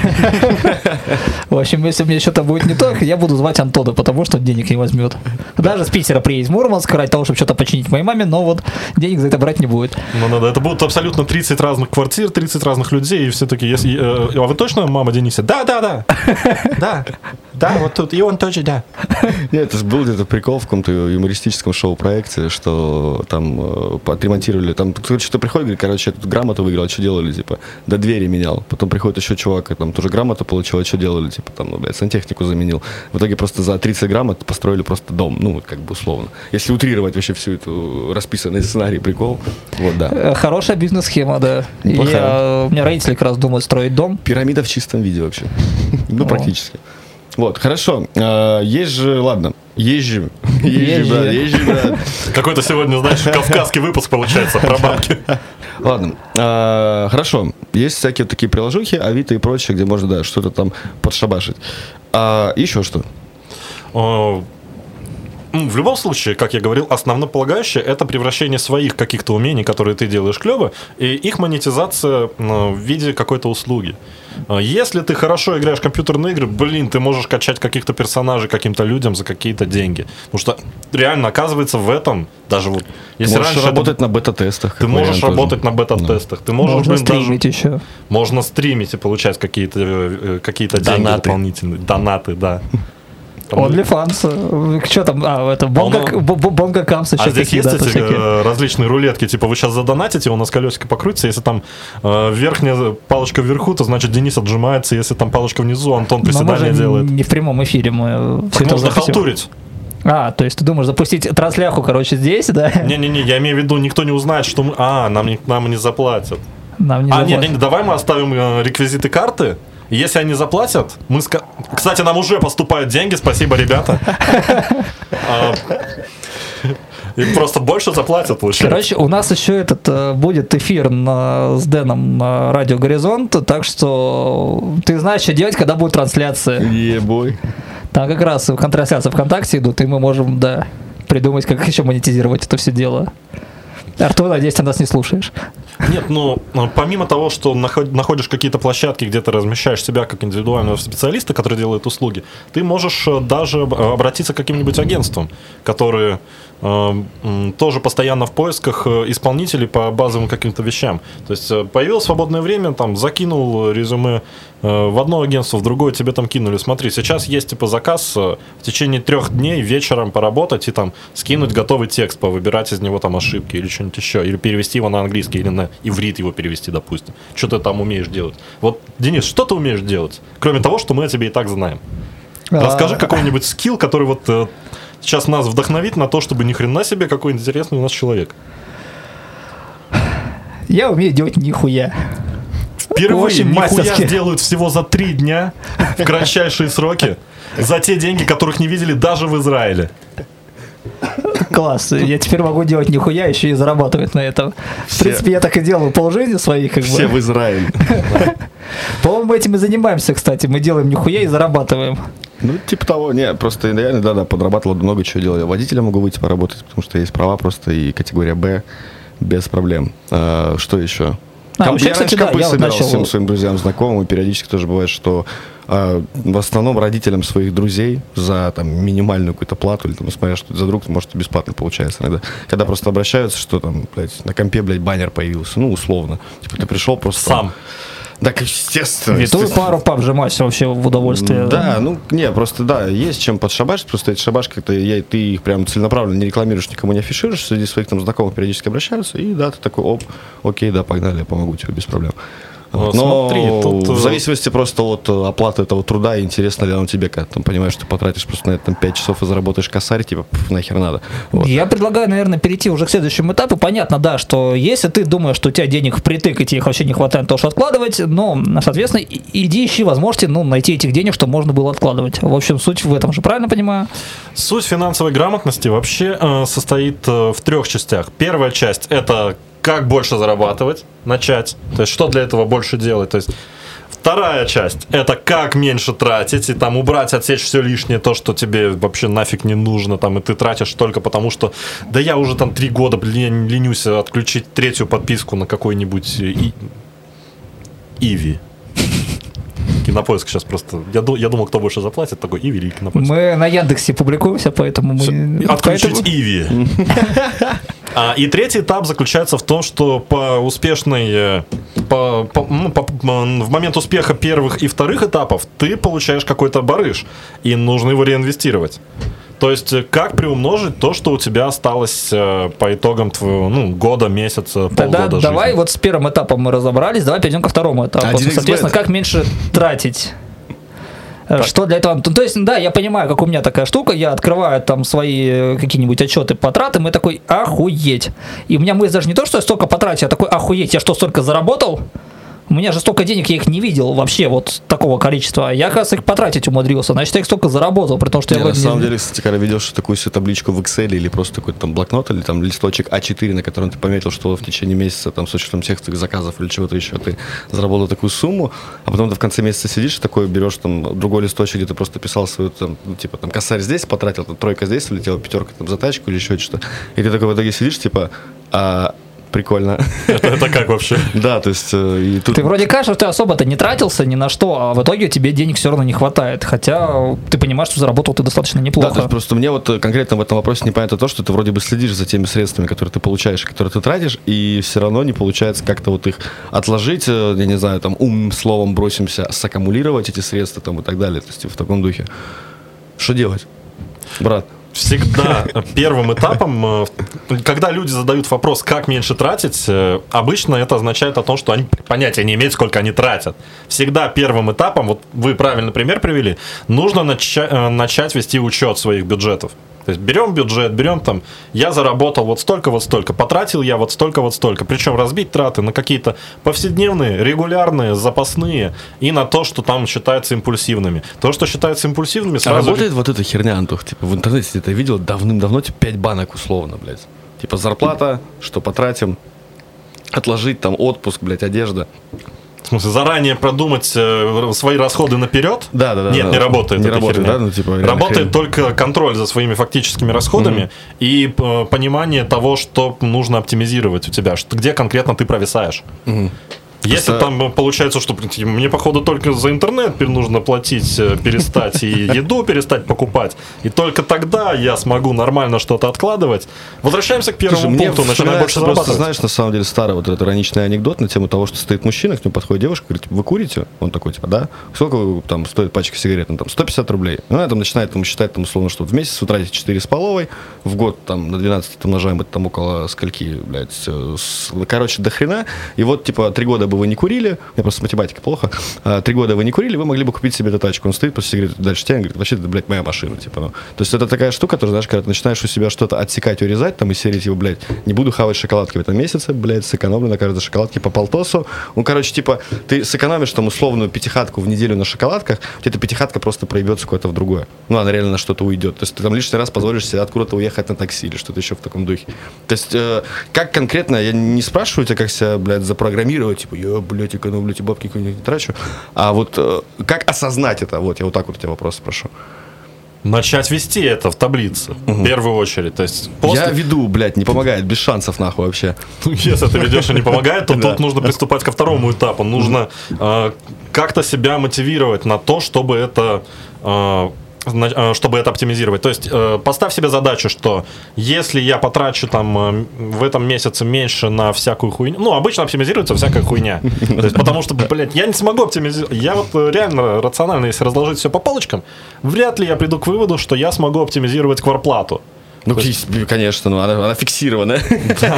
Speaker 2: В общем, если мне что-то будет не так, я буду звать Антона, потому что денег не возьмет. Даже с Питера приедет в Мурманск ради того, чтобы что-то починить моей маме, но вот денег за это брать не будет.
Speaker 1: Ну да, это будут абсолютно 30 разных квартир, 30 разных людей, и все такие, а вы точно мама Дениса? Да. Да, вот тут, и он тоже, да.
Speaker 3: Нет, это же был где-то прикол в каком-то юмористическом шоу-проекте, что там отремонтировали, там кто-то что-то приходит, говорит, короче, я тут грамоту выиграл, что делали, типа, до двери менял. Потом приходит еще чувак, и там тоже грамоту получил, а что делали, типа, там, ну, блядь, сантехнику заменил. В итоге просто за 30 грамот построили просто дом, ну, как бы условно. Если утрировать вообще всю эту расписанный сценарий, прикол, вот, да.
Speaker 2: Хорошая бизнес-схема, да. У меня родители как раз думают строить дом.
Speaker 3: Пирамида в чистом виде вообще. Ну, практически. Вот, хорошо. Есть же, ладно, езжи, брат.
Speaker 1: Какой-то сегодня, знаешь, кавказский выпуск получается про бабки.
Speaker 3: Ладно, хорошо. Есть всякие такие приложухи, Авито и прочее, где можно, да, что-то там подшабашить. Еще что?
Speaker 1: В любом случае, как я говорил, основополагающее – это превращение своих каких-то умений, которые ты делаешь клево, и их монетизация в виде какой-то услуги. Если ты хорошо играешь в компьютерные игры, ты можешь качать каких-то персонажей каким-то людям за какие-то деньги. Потому что реально, оказывается, в этом даже вот...
Speaker 3: Если можешь работать на бета-тестах.
Speaker 1: Ты можешь работать на бета-тестах. Ты можешь,
Speaker 2: можно стримить даже, еще.
Speaker 1: Можно стримить и получать какие-то деньги дополнительные. Донаты, да.
Speaker 2: OnlyFans. Что там? Это Бонго Камс еще.
Speaker 1: А здесь есть эти различные рулетки, типа вы сейчас задонатите, у нас колесико покрутится, если там верхняя палочка вверху, то значит Денис отжимается, если там палочка внизу, Антон приседания делает.
Speaker 2: Не в прямом эфире мы все это
Speaker 1: можно халтурить.
Speaker 2: То есть ты думаешь запустить трансляху, короче, здесь, да?
Speaker 1: Не-не-не, я имею в виду, никто не узнает, что мы... нам не заплатят.
Speaker 2: Нет,
Speaker 1: давай мы оставим реквизиты карты. Если они заплатят, Кстати, нам уже поступают деньги, спасибо, ребята. Им просто больше заплатят лучше.
Speaker 2: Короче, у нас еще будет эфир с Дэном на Радио Горизонт, так что ты знаешь, что делать, когда будет трансляция.
Speaker 3: Ебой.
Speaker 2: Там как раз трансляции ВКонтакте идут, и мы можем, придумать, как еще монетизировать это все дело. Артур, надеюсь, ты нас не слушаешь.
Speaker 1: Нет, помимо того, что находишь какие-то площадки, где ты размещаешь себя как индивидуального специалиста, который делает услуги, ты можешь даже обратиться к каким-нибудь агентствам, которые тоже постоянно в поисках исполнителей по базовым каким-то вещам. То есть появилось свободное время, там закинул резюме в одно агентство, в другое тебе там кинули. Смотри, сейчас есть заказ в течение 3 дней вечером поработать и там скинуть готовый текст, повыбирать из него там ошибки или что-нибудь еще, или перевести его на английский, или на иврит его перевести, допустим. Что ты там умеешь делать? Вот, Денис, что ты умеешь делать? Кроме того, что мы о тебе и так знаем. Расскажи какой-нибудь скилл, который вот сейчас нас вдохновит на то, чтобы ни хрена себе, какой интересный у нас человек.
Speaker 2: Я умею делать нихуя.
Speaker 1: Впервые нихуя сделают всего за 3 дня в кратчайшие сроки за те деньги, которых не видели даже в Израиле.
Speaker 2: Класс, я теперь могу делать нихуя, еще и зарабатывать на этом. В принципе, я так и делаю полжизни своих.
Speaker 3: Все в Израиле.
Speaker 2: По-моему, мы этим и занимаемся, кстати. Мы делаем нихуя и зарабатываем.
Speaker 3: Ну, типа того, просто реально, подрабатывал, много чего делал. Я водителем могу выйти поработать, потому что есть права просто и категория Б без проблем. Что еще?
Speaker 2: Вообще, кстати,
Speaker 3: я собирал всем своим друзьям, знакомым, и периодически тоже бывает, что в основном родителям своих друзей за там минимальную какую-то плату, или там, смотря что за друг, может, бесплатно получается иногда. Когда просто обращаются, что там, блядь, на компе, блядь, баннер появился, условно. Типа ты пришел просто...
Speaker 1: Сам.
Speaker 3: Так, естественно.
Speaker 2: И тут пару PUBG вообще в удовольствие.
Speaker 3: Да, просто есть чем подшабашить, просто эти шабашки, ты их прям целенаправленно не рекламируешь, никому не афишируешь, среди своих там знакомых периодически обращаются, и ты такой, окей, погнали, я помогу тебе без проблем. Но смотри, тут... в зависимости просто от оплаты этого труда, интересно ли оно тебе, когда ты понимаешь, что ты потратишь просто на это 5 часов и заработаешь косарь, типа, нахер надо. Вот.
Speaker 2: Я предлагаю, наверное, перейти уже к следующему этапу. Понятно, да, что если ты думаешь, что у тебя денег впритык, и тебе их вообще не хватает на то, что откладывать, но, соответственно, иди ищи возможности, найти этих денег, чтобы можно было откладывать. В общем, суть в этом же, правильно понимаю?
Speaker 1: Суть финансовой грамотности вообще состоит в 3 частях. Первая часть – это как больше зарабатывать, начать. То есть, что для этого больше делать. То есть, вторая часть – это как меньше тратить и там убрать, отсечь все лишнее, то, что тебе вообще нафиг не нужно, там, и ты тратишь только потому, что да я уже там 3 года ленюсь отключить 3-ю подписку на какой-нибудь Иви. Кинопоиск сейчас просто... Я думал, кто больше заплатит, такой Иви или Кинопоиск.
Speaker 2: Мы на Яндексе публикуемся, поэтому мы...
Speaker 1: Отключить Иви. И третий этап заключается в том, что по успешной... в момент успеха первых и вторых этапов ты получаешь какой-то барыш, и нужно его реинвестировать. То есть, как приумножить то, что у тебя осталось по итогам твоего года, месяца, полгода жизни?
Speaker 2: Давай вот с первым этапом мы разобрались, давай перейдем ко второму этапу. Соответственно, как меньше тратить? Так. Что для этого? То есть, да, я понимаю, как у меня такая штука, я открываю там свои какие-нибудь отчеты по тратам, и такой, охуеть. И у меня мысль даже не то, что я столько потратил, я такой, охуеть, я что, столько заработал? У меня же столько денег, я их не видел вообще, вот такого количества. Я, оказывается, их потратить умудрился. Значит, я их столько заработал, при том, что я...
Speaker 3: На самом деле, кстати, когда ведешь такую себе табличку в Excel или просто такой там блокнот, или там листочек А4, на котором ты пометил, что в течение месяца, там, с учетом всех твоих заказов или чего-то еще, ты заработал такую сумму, а потом ты в конце месяца сидишь, такой берешь там другой листочек, где ты просто писал свою, там, типа, там, косарь здесь потратил, там, 3 здесь влетела, 5 там за тачку или еще что-то. И ты такой в итоге сидишь, типа, прикольно.
Speaker 1: Это как вообще?
Speaker 3: Да, то есть... И тут...
Speaker 2: Ты вроде кажется, что ты особо-то не тратился ни на что, а в итоге тебе денег все равно не хватает. Хотя ты понимаешь, что заработал ты достаточно неплохо.
Speaker 3: Да, то есть просто мне вот конкретно в этом вопросе непонятно то, что ты вроде бы следишь за теми средствами, которые ты получаешь, которые ты тратишь, и все равно не получается как-то вот их отложить, я не знаю, там умным словом бросимся, саккумулировать эти средства там и так далее. То есть в таком духе. Что делать, брат?
Speaker 1: Всегда первым этапом, когда люди задают вопрос, как меньше тратить, обычно это означает о том, что они понятия не имеют, сколько они тратят. Всегда первым этапом, вот вы правильный пример привели, нужно начать вести учет своих бюджетов. То есть берем бюджет, берем там, я заработал вот столько, потратил я вот столько. Причем разбить траты на какие-то повседневные, регулярные, запасные и на то, что там считается импульсивными. То, что считается импульсивными, сразу...
Speaker 3: работает вот эта херня, Антох, типа в интернете где-то видел давным-давно, типа 5 банок условно, блядь. Типа зарплата, что потратим, отложить там отпуск, блядь, одежда.
Speaker 1: В смысле, заранее продумать свои расходы наперед?
Speaker 3: Да.
Speaker 1: Нет, не работает.
Speaker 3: Не работает, да? Ну, типа,
Speaker 1: работает только контроль за своими фактическими расходами и понимание того, что нужно оптимизировать у тебя, где конкретно ты провисаешь. Если там получается, что мне, походу, только за интернет нужно платить, перестать, и еду перестать покупать, и только тогда я смогу нормально что-то откладывать. Возвращаемся к первому пункту, начинаем больше зарабатывать.
Speaker 3: Знаешь, на самом деле, старый вот этот ироничный анекдот на тему того, что стоит мужчина, к нему подходит девушка, говорит, вы курите? Он такой, типа, да. Сколько там стоит пачка сигарет? Ну, там, 150 рублей. Ну, она там начинает считать, там, условно, что в месяц вы тратите 4,5, в год, там, на 12 умножаем, это там около скольки, блядь, короче, до хрена. И вот, типа, 3 года бы вы не курили, у меня просто математика плохо, 3 года вы не курили, вы могли бы купить себе эту тачку. Он стоит, после сигареты дальше тянет, говорит, вообще, это, блядь, моя машина, типа, ну. То есть это такая штука, тоже, знаешь, когда ты начинаешь у себя что-то отсекать, урезать, там, и серии, типа, блядь, не буду хавать шоколадки в этом месяце, блядь, сэкономлю на каждой шоколадке по полтосу. Ну, короче, типа, ты сэкономишь там условную 5-хатку в неделю на шоколадках, эта 5-хатка просто проебется куда-то в другое. Ну, она реально на что-то уйдет. То есть ты там лишний раз позволишь себе откуда-то уехать на такси или что-то еще в таком духе. То есть, как конкретно, я не спрашиваю тебя, как себя, блядь, запрограммировать, типа, я, блядь, экономлю, эти бабки не трачу. А вот как осознать это? Вот, я вот так вот у тебя вопрос спрошу.
Speaker 1: Начать вести это в таблице, в первую очередь. То есть
Speaker 3: Я веду, блядь, не помогает, без шансов нахуй вообще.
Speaker 1: Если ты ведешь и не помогает, то тут нужно приступать ко второму этапу. Нужно как-то себя мотивировать на то, чтобы это оптимизировать. То есть поставь себе задачу, что если я потрачу там в этом месяце меньше на всякую хуйню, ну, обычно оптимизируется всякая хуйня. То есть, потому что, блядь, я не смогу оптимизировать. Я вот реально рационально, если разложить все по полочкам, вряд ли я приду к выводу, что я смогу оптимизировать квартплату.
Speaker 3: Ну, конечно, ну, она фиксированная.
Speaker 1: Да.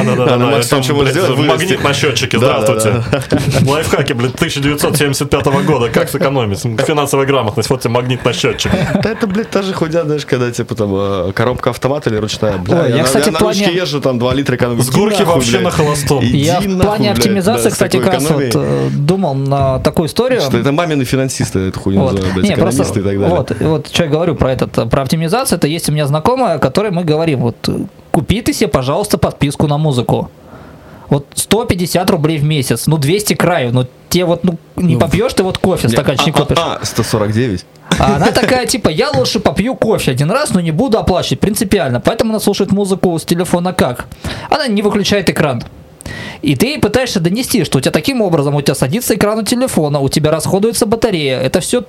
Speaker 1: Магнит на счетчике, здравствуйте. Лайфхаки, блин, 1975 года, как сэкономить? Финансовая грамотность, вот тебе магнит на счетчик.
Speaker 3: Да это, блядь, та же хуйня, знаешь, когда, типа, там, коробка автомат или ручная, блядь.
Speaker 2: Я, кстати,
Speaker 3: на ручке езжу, там, 2 литра экономить.
Speaker 1: С горки вообще на холостом.
Speaker 2: Я в плане оптимизации, кстати, как раз вот думал на такую историю.
Speaker 3: Что это мамины финансисты, эту хуйню называют, блядь, экономисты и так далее.
Speaker 2: Вот, что я говорю про оптимизацию, это есть у меня знакомая, о которой мы говорим, вот, купи ты себе, пожалуйста, подписку на музыку. Вот 150 рублей в месяц, 200 краю, тебе не попьешь ты кофе, стаканчик купишь.
Speaker 3: 149.
Speaker 2: А она такая, типа, я лучше попью кофе один раз, но не буду оплачивать, принципиально. Поэтому она слушает музыку с телефона как? Она не выключает экран. И ты пытаешься донести, что у тебя таким образом, у тебя садится экран у телефона, у тебя расходуется батарея, это все...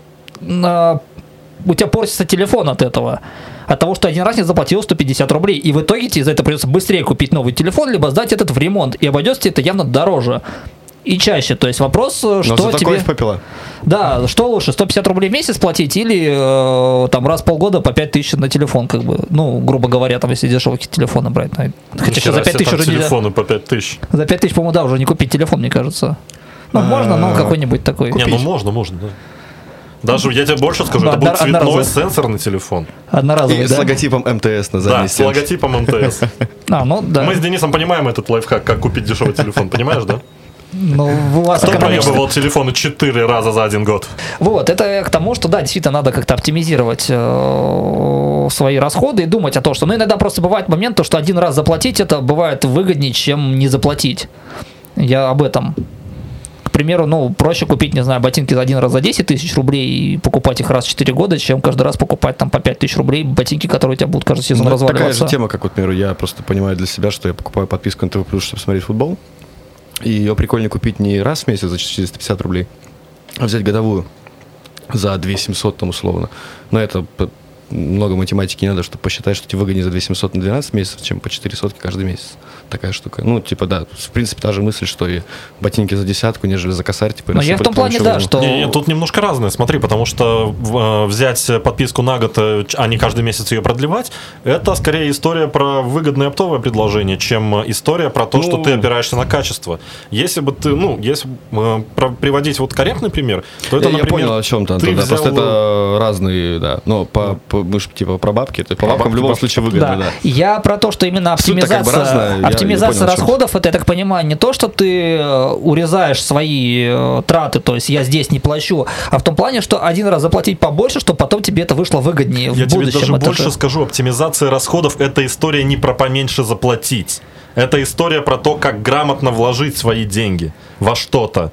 Speaker 2: у тебя портится телефон от этого. От того, что один раз не заплатил 150 рублей. И в итоге тебе за это придется быстрее купить новый телефон, либо сдать этот в ремонт. И обойдется тебе это явно дороже. И чаще. То есть вопрос, что
Speaker 3: зато
Speaker 2: тебе...
Speaker 3: кофе попила.
Speaker 2: Да, что лучше, 150 рублей в месяц платить или раз в полгода по 5000 на телефон, грубо говоря, там, если дешевые телефоны брать. Хотя сейчас за 5000 уже
Speaker 1: телефоны по 5000.
Speaker 2: За 5000, по-моему, да, уже не купить телефон, мне кажется. Можно, но какой-нибудь такой.
Speaker 1: Не, можно, да. Даже, я тебе больше скажу, это будет цветной сенсорный телефон.
Speaker 2: Одноразовый,
Speaker 3: с логотипом МТС на задней
Speaker 1: стенке. Да, с логотипом МТС.
Speaker 2: Да.
Speaker 1: Мы с Денисом понимаем этот лайфхак, как купить дешевый телефон, понимаешь, да?
Speaker 2: У вас
Speaker 1: кто проебывал телефоны 4 раза за 1 год?
Speaker 2: Вот, это к тому, что, да, действительно надо как-то оптимизировать свои расходы и думать о том, что, иногда просто бывает момент, что один раз заплатить, это бывает выгоднее, чем не заплатить. Я об этом. К примеру, проще купить, не знаю, ботинки за один раз за 10 тысяч рублей и покупать их раз в 4 года, чем каждый раз покупать там по 5 тысяч рублей ботинки, которые у тебя будут каждый сезон разваливаться.
Speaker 3: Такая же тема, как, например, я просто понимаю для себя, что я покупаю подписку на ТВ+, чтобы смотреть футбол. И ее прикольнее купить не раз в месяц за 450 рублей, а взять годовую за 2700 там условно. Но это много математики не надо, чтобы посчитать, что тебе выгоднее за 2700 на 12 месяцев, чем по 400 каждый месяц. Такая штука. Да, в принципе, та же мысль, что и ботинки за десятку, нежели за косарь.
Speaker 2: Но я в том плане, да, что...
Speaker 1: Тут немножко разное, смотри, потому что взять подписку на год, а не каждый месяц ее продлевать, это скорее история про выгодное оптовое предложение, чем история про то, что ты опираешься на качество. Если бы ты, если приводить корректный пример, то это, например...
Speaker 3: Я понял, о чем-то, Антон, да, просто это разные, да, но мы же про бабки, это по бабкам в любом случае выгодно, да.
Speaker 2: Я про то, что именно оптимизация расходов, это, я так понимаю, не то, что ты урезаешь свои траты, то есть я здесь не плачу, а в том плане, что один раз заплатить побольше, чтобы потом тебе это вышло выгоднее в будущем.
Speaker 1: Я тебе даже больше скажу, оптимизация расходов – это история не про поменьше заплатить. Это история про то, как грамотно вложить свои деньги во что-то.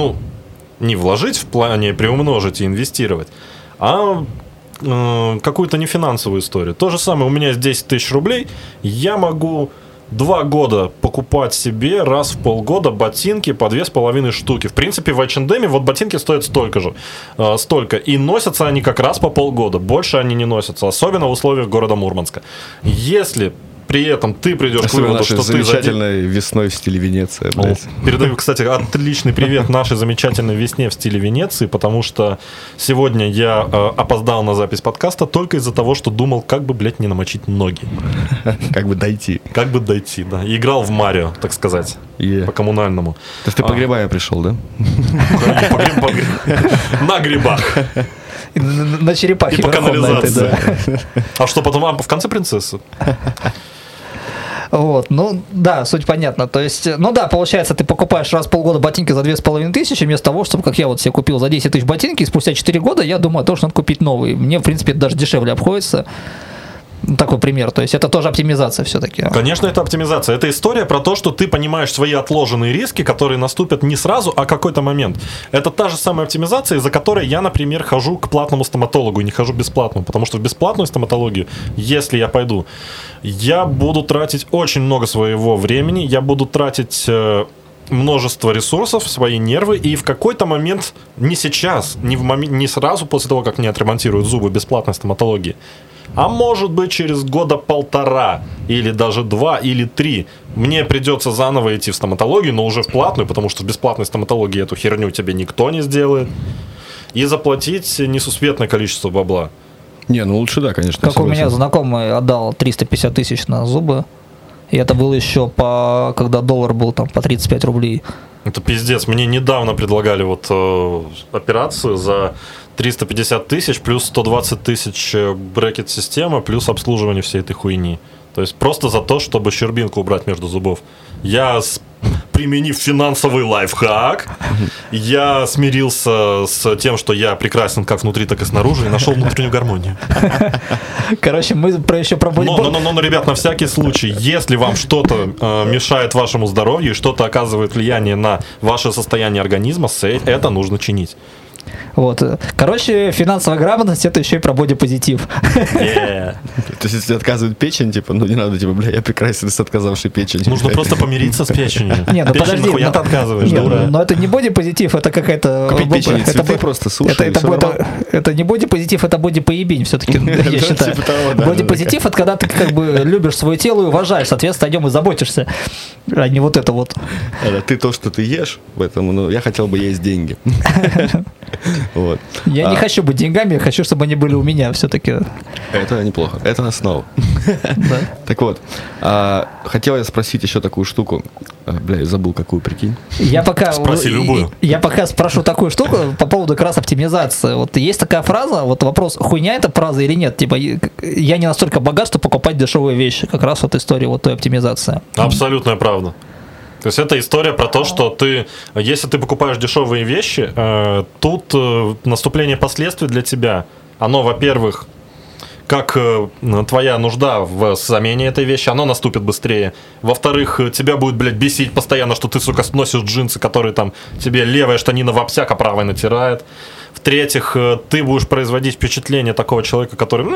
Speaker 1: Не вложить в плане приумножить и инвестировать, а какую-то нефинансовую историю. То же самое, у меня есть 10 тысяч рублей, я могу 2 года покупать себе раз в полгода ботинки по 2,5 штуки. В принципе, в H&M ботинки стоят столько. И носятся они как раз по полгода. Больше они не носятся, особенно в условиях города Мурманска. Если при этом ты придешь к выводу, что ты
Speaker 3: замечательной весной в стиле Венеция.
Speaker 1: Передаю, кстати, отличный привет нашей замечательной весне в стиле Венеции, потому что сегодня я опоздал на запись подкаста только из-за того, что думал, как бы, не намочить ноги.
Speaker 3: Как бы дойти.
Speaker 1: Да. И играл в Марио, так сказать, по коммунальному.
Speaker 3: То есть ты по грибам пришел, да?
Speaker 1: На грибах.
Speaker 2: На черепахе.
Speaker 1: И по канализации. А что потом? В конце принцессы.
Speaker 2: Суть понятна. То есть, получается, ты покупаешь раз в полгода ботинки за 2500 вместо того, чтобы, как я себе купил за 10 тысяч ботинки, и спустя 4 года я думаю, что надо купить новые. Мне, в принципе, это даже дешевле обходится. Такой пример. То есть это тоже оптимизация все-таки.
Speaker 1: Конечно, это оптимизация. Это история про то, что ты понимаешь свои отложенные риски, которые наступят не сразу, а какой-то момент. Это та же самая оптимизация, из-за которой я, например, хожу к платному стоматологу и не хожу бесплатно. Потому что в бесплатную стоматологию, если я пойду, я буду тратить очень много своего времени, я буду тратить множество ресурсов, свои нервы, и в какой-то момент, не сейчас, не сразу после того, как мне отремонтируют зубы бесплатной стоматологии, а может быть через 1-1.5 года, или даже 2 или 3, мне придется заново идти в стоматологию, но уже в платную, потому что в бесплатной стоматологии эту херню тебе никто не сделает, и заплатить несусветное количество бабла.
Speaker 3: Лучше, да, конечно.
Speaker 2: Как у меня знакомый отдал 350 тысяч на зубы, и это было еще когда доллар был там по 35 рублей.
Speaker 1: Это пиздец. Мне недавно предлагали операцию за 350 тысяч плюс 120 тысяч брекет-система плюс обслуживание всей этой хуйни. То есть просто за то, чтобы щербинку убрать между зубов. Применив финансовый лайфхак, я смирился с тем, что я прекрасен как внутри, так и снаружи, и нашел внутреннюю гармонию.
Speaker 2: Короче, мы еще про бодибилдинг.
Speaker 1: Но, ребят, на всякий случай, если вам что-то мешает вашему здоровью и что-то оказывает влияние на ваше состояние организма, это нужно чинить.
Speaker 2: Вот. Короче, финансовая грамотность — это еще и про бодипозитив.
Speaker 3: То есть, если отказывает печень, типа, ну не надо, типа, бля, я прекрасен с отказавшей печенью.
Speaker 1: Нужно просто помириться с печенью.
Speaker 2: Не, ну
Speaker 1: печень,
Speaker 2: подожди,
Speaker 1: нахуя ты отказываешь, дура?
Speaker 2: Но это не бодипозитив, это какая-то...
Speaker 3: Купить печень, цветы просто, суши,
Speaker 2: это не бодипозитив, это бодипоебень все-таки, я считаю. Бодипозитив — это когда ты как бы любишь свое тело и уважаешь, соответственно, о нем и заботишься, а не вот это вот.
Speaker 3: Ты то, что ты ешь, поэтому я хотел бы есть деньги. Вот.
Speaker 2: Я не хочу быть деньгами, я хочу, чтобы они были у меня все-таки.
Speaker 3: Это неплохо, это основа. Так вот, хотел я спросить еще такую штуку. Бля, я забыл, какую, прикинь.
Speaker 1: Спроси любую.
Speaker 2: Я пока спрошу такую штуку по поводу как раз оптимизации. Вот есть такая фраза, вот вопрос, хуйня эта фраза или нет? Типа, я не настолько богат, чтобы покупать дешевые вещи. Как раз вот история вот той оптимизации.
Speaker 1: Абсолютная правда. То есть это история про то, что если ты покупаешь дешевые вещи, тут наступление последствий для тебя, оно, во-первых, как твоя нужда в замене этой вещи, оно наступит быстрее. Во-вторых, тебя будет, блядь, бесить постоянно, что ты, сука, носишь джинсы, которые там тебе левая штанина в обсяк, а правая натирает. В-третьих, ты будешь производить впечатление такого человека, который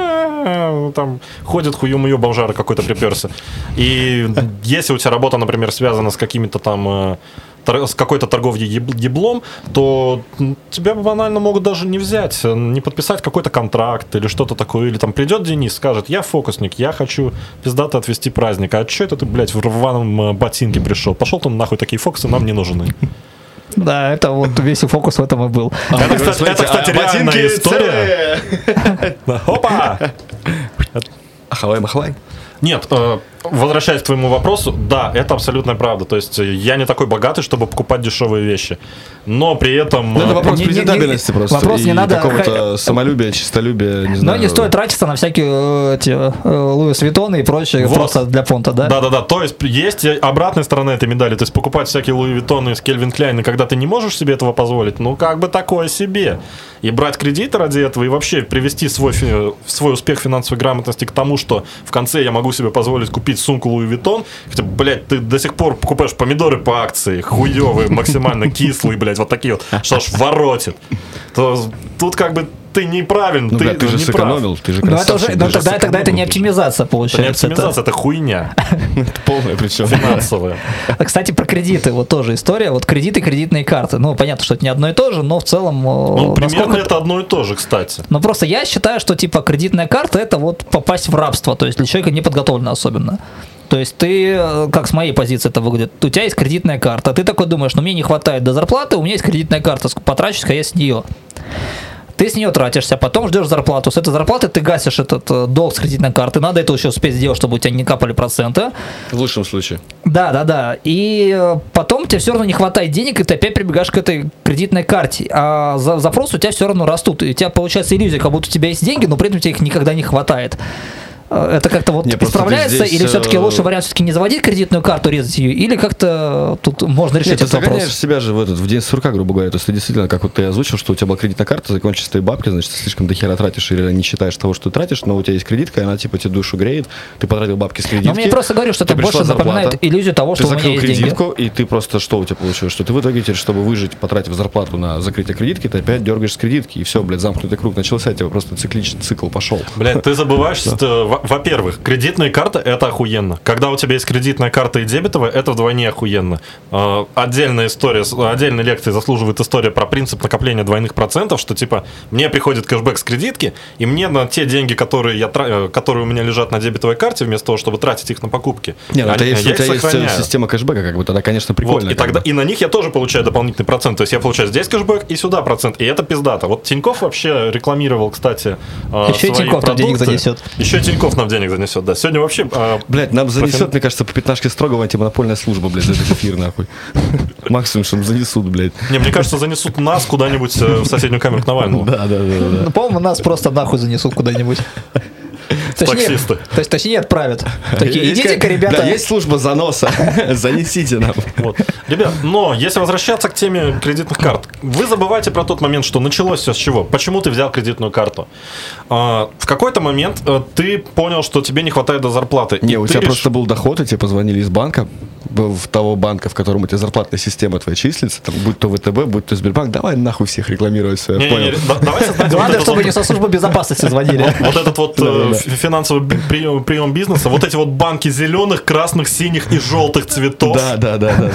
Speaker 1: там ходит хую-мую, бомжара какой-то приперся. И если у тебя работа, например, связана с какими-то там с какой-то торговлей еблом, то тебя банально могут даже не взять, не подписать какой-то контракт или что-то такое. Или там придет Денис, скажет: я фокусник, я хочу пиздато отвести праздник. А что это ты, блядь, в рваном ботинке пришел? Пошел ты нахуй, такие фокусы нам не нужны.
Speaker 2: Да, это вот весь фокус в этом и был.
Speaker 1: Это, кстати, реальная история. Опа!
Speaker 3: Ахалай-махалай.
Speaker 1: Нет, возвращаясь к твоему вопросу, да, это абсолютная правда. То есть я не такой богатый, чтобы покупать дешевые вещи. Но при этом...
Speaker 3: Это вопрос презентабельности просто.
Speaker 2: Вопрос не надо...
Speaker 3: Какого-то самолюбия, честолюбия, не знаю.
Speaker 2: Но не стоит тратиться на всякие Луис Виттоны и прочее, вот. Просто для фонта, да?
Speaker 1: Да-да-да, то есть обратная сторона этой медали. То есть покупать всякие Луи Виттоны с Кельвин Кляйн, когда ты не можешь себе этого позволить, ну как бы такое себе. И брать кредиты ради этого, и вообще привести свой успех финансовой грамотности к тому, что в конце я могу себе позволить купить сумку Луи Виттон, хотя, блядь, ты до сих пор покупаешь помидоры по акции, хуёвые, максимально кислые, блядь, вот такие вот, что аж воротит. То тут как бы ты неправильно,
Speaker 3: ну, ты же сэкономил, ты же красавчик.
Speaker 2: Но тогда это не оптимизация получается.
Speaker 1: Это не оптимизация, это хуйня.
Speaker 3: Это полная причем.
Speaker 1: Финансовая.
Speaker 2: Кстати, про кредиты, вот тоже история. Вот кредиты, кредитные карты. Ну, понятно, что это не одно и то же, но в целом...
Speaker 1: Ну, примерно это одно и то же, кстати.
Speaker 2: Но просто я считаю, что, типа, кредитная карта — это вот попасть в рабство, то есть для человека неподготовленного особенно. То есть ты, как с моей позиции это выглядит, у тебя есть кредитная карта, ты такой думаешь, ну мне не хватает до зарплаты, у меня есть кредитная карта, потрачусь-ка я с нее. Ты с нее тратишься, потом ждешь зарплату. С этой зарплаты ты гасишь этот долг с кредитной карты. Надо это еще успеть сделать, чтобы у тебя не капали проценты.
Speaker 3: В лучшем случае.
Speaker 2: Да. И потом тебе все равно не хватает денег, и ты опять прибегаешь к этой кредитной карте. А запросы у тебя все равно растут. И у тебя получается иллюзия, как будто у тебя есть деньги, но при этом у тебя их никогда не хватает. Это как-то вот исправляется, здесь, или все-таки лучший вариант все-таки не заводить кредитную карту, резать ее, или как-то тут можно решить этот вопрос? Ты загоняешь
Speaker 3: себя же в день сурка, грубо говоря. То есть ты действительно, как вот ты озвучил, что у тебя была кредитная карта, закончились твои бабки, значит, ты слишком дохера тратишь или не считаешь того, что ты тратишь, но у тебя есть кредитка, и она типа тебе душу греет, ты потратил бабки с кредитки.
Speaker 2: Но мне просто говорю, что это больше напоминает иллюзию того, что у меня есть
Speaker 3: кредитку,
Speaker 2: деньги.
Speaker 3: И ты просто что у тебя получилось? Что ты в итоге, чтобы выжить, потратив зарплату на закрытие кредитки, ты опять дергаешь с кредитки, и все, блядь, замкнутый круг начался, у тебя просто цикличный цикл пошел.
Speaker 1: Блядь, ты забываешь, во-первых, кредитная карта — это охуенно. Когда у тебя есть кредитная карта и дебетовая, это вдвойне охуенно. Отдельная история, отдельной лекции заслуживает история про принцип накопления двойных процентов, что типа мне приходит кэшбэк с кредитки, и мне на те деньги, которые у меня лежат на дебетовой карте, вместо того, чтобы тратить их на покупки,
Speaker 3: у тебя есть система кэшбэка, как бы тогда, конечно, прикольно.
Speaker 1: Вот, и на них я тоже получаю дополнительный процент. То есть я получаю здесь кэшбэк и сюда процент, и это пиздато. Вот Тинькофф вообще рекламировал, кстати,
Speaker 2: еще
Speaker 1: свои
Speaker 2: Тинькофф нам денег занесет.
Speaker 1: Еще Тинькофф нам денег занесет, да. Сегодня вообще...
Speaker 3: Блять, нам занесет, мне кажется, по пятнашке строго антимонопольная служба, блядь, за этот эфир, нахуй. Максимум, что занесут, блядь.
Speaker 1: Не, мне кажется, занесут нас куда-нибудь в соседнюю камеру к Навальному.
Speaker 3: Да.
Speaker 2: Ну, по-моему, нас просто нахуй занесут куда-нибудь.
Speaker 1: Таксисты.
Speaker 2: Точнее отправят. Такие, идите-ка, ребята.
Speaker 3: Да, есть служба заноса. Занесите нам.
Speaker 1: Ребят, но если возвращаться к теме кредитных карт, вы забывайте про тот момент, что началось все с чего. Почему ты взял кредитную карту? В какой-то момент ты понял, что тебе не хватает до зарплаты.
Speaker 3: Не, у тебя просто был доход, и тебе позвонили из банка, в того банка, в котором у тебя зарплатная система твоя числится, там, будь то ВТБ, будь то Сбербанк, давай нахуй всех рекламировать все, я понял.
Speaker 2: Главное, чтобы не со службы безопасности звонили.
Speaker 1: Вот этот вот финансовый прием бизнеса, вот эти вот банки зеленых, красных, синих и желтых цветов.
Speaker 3: Да.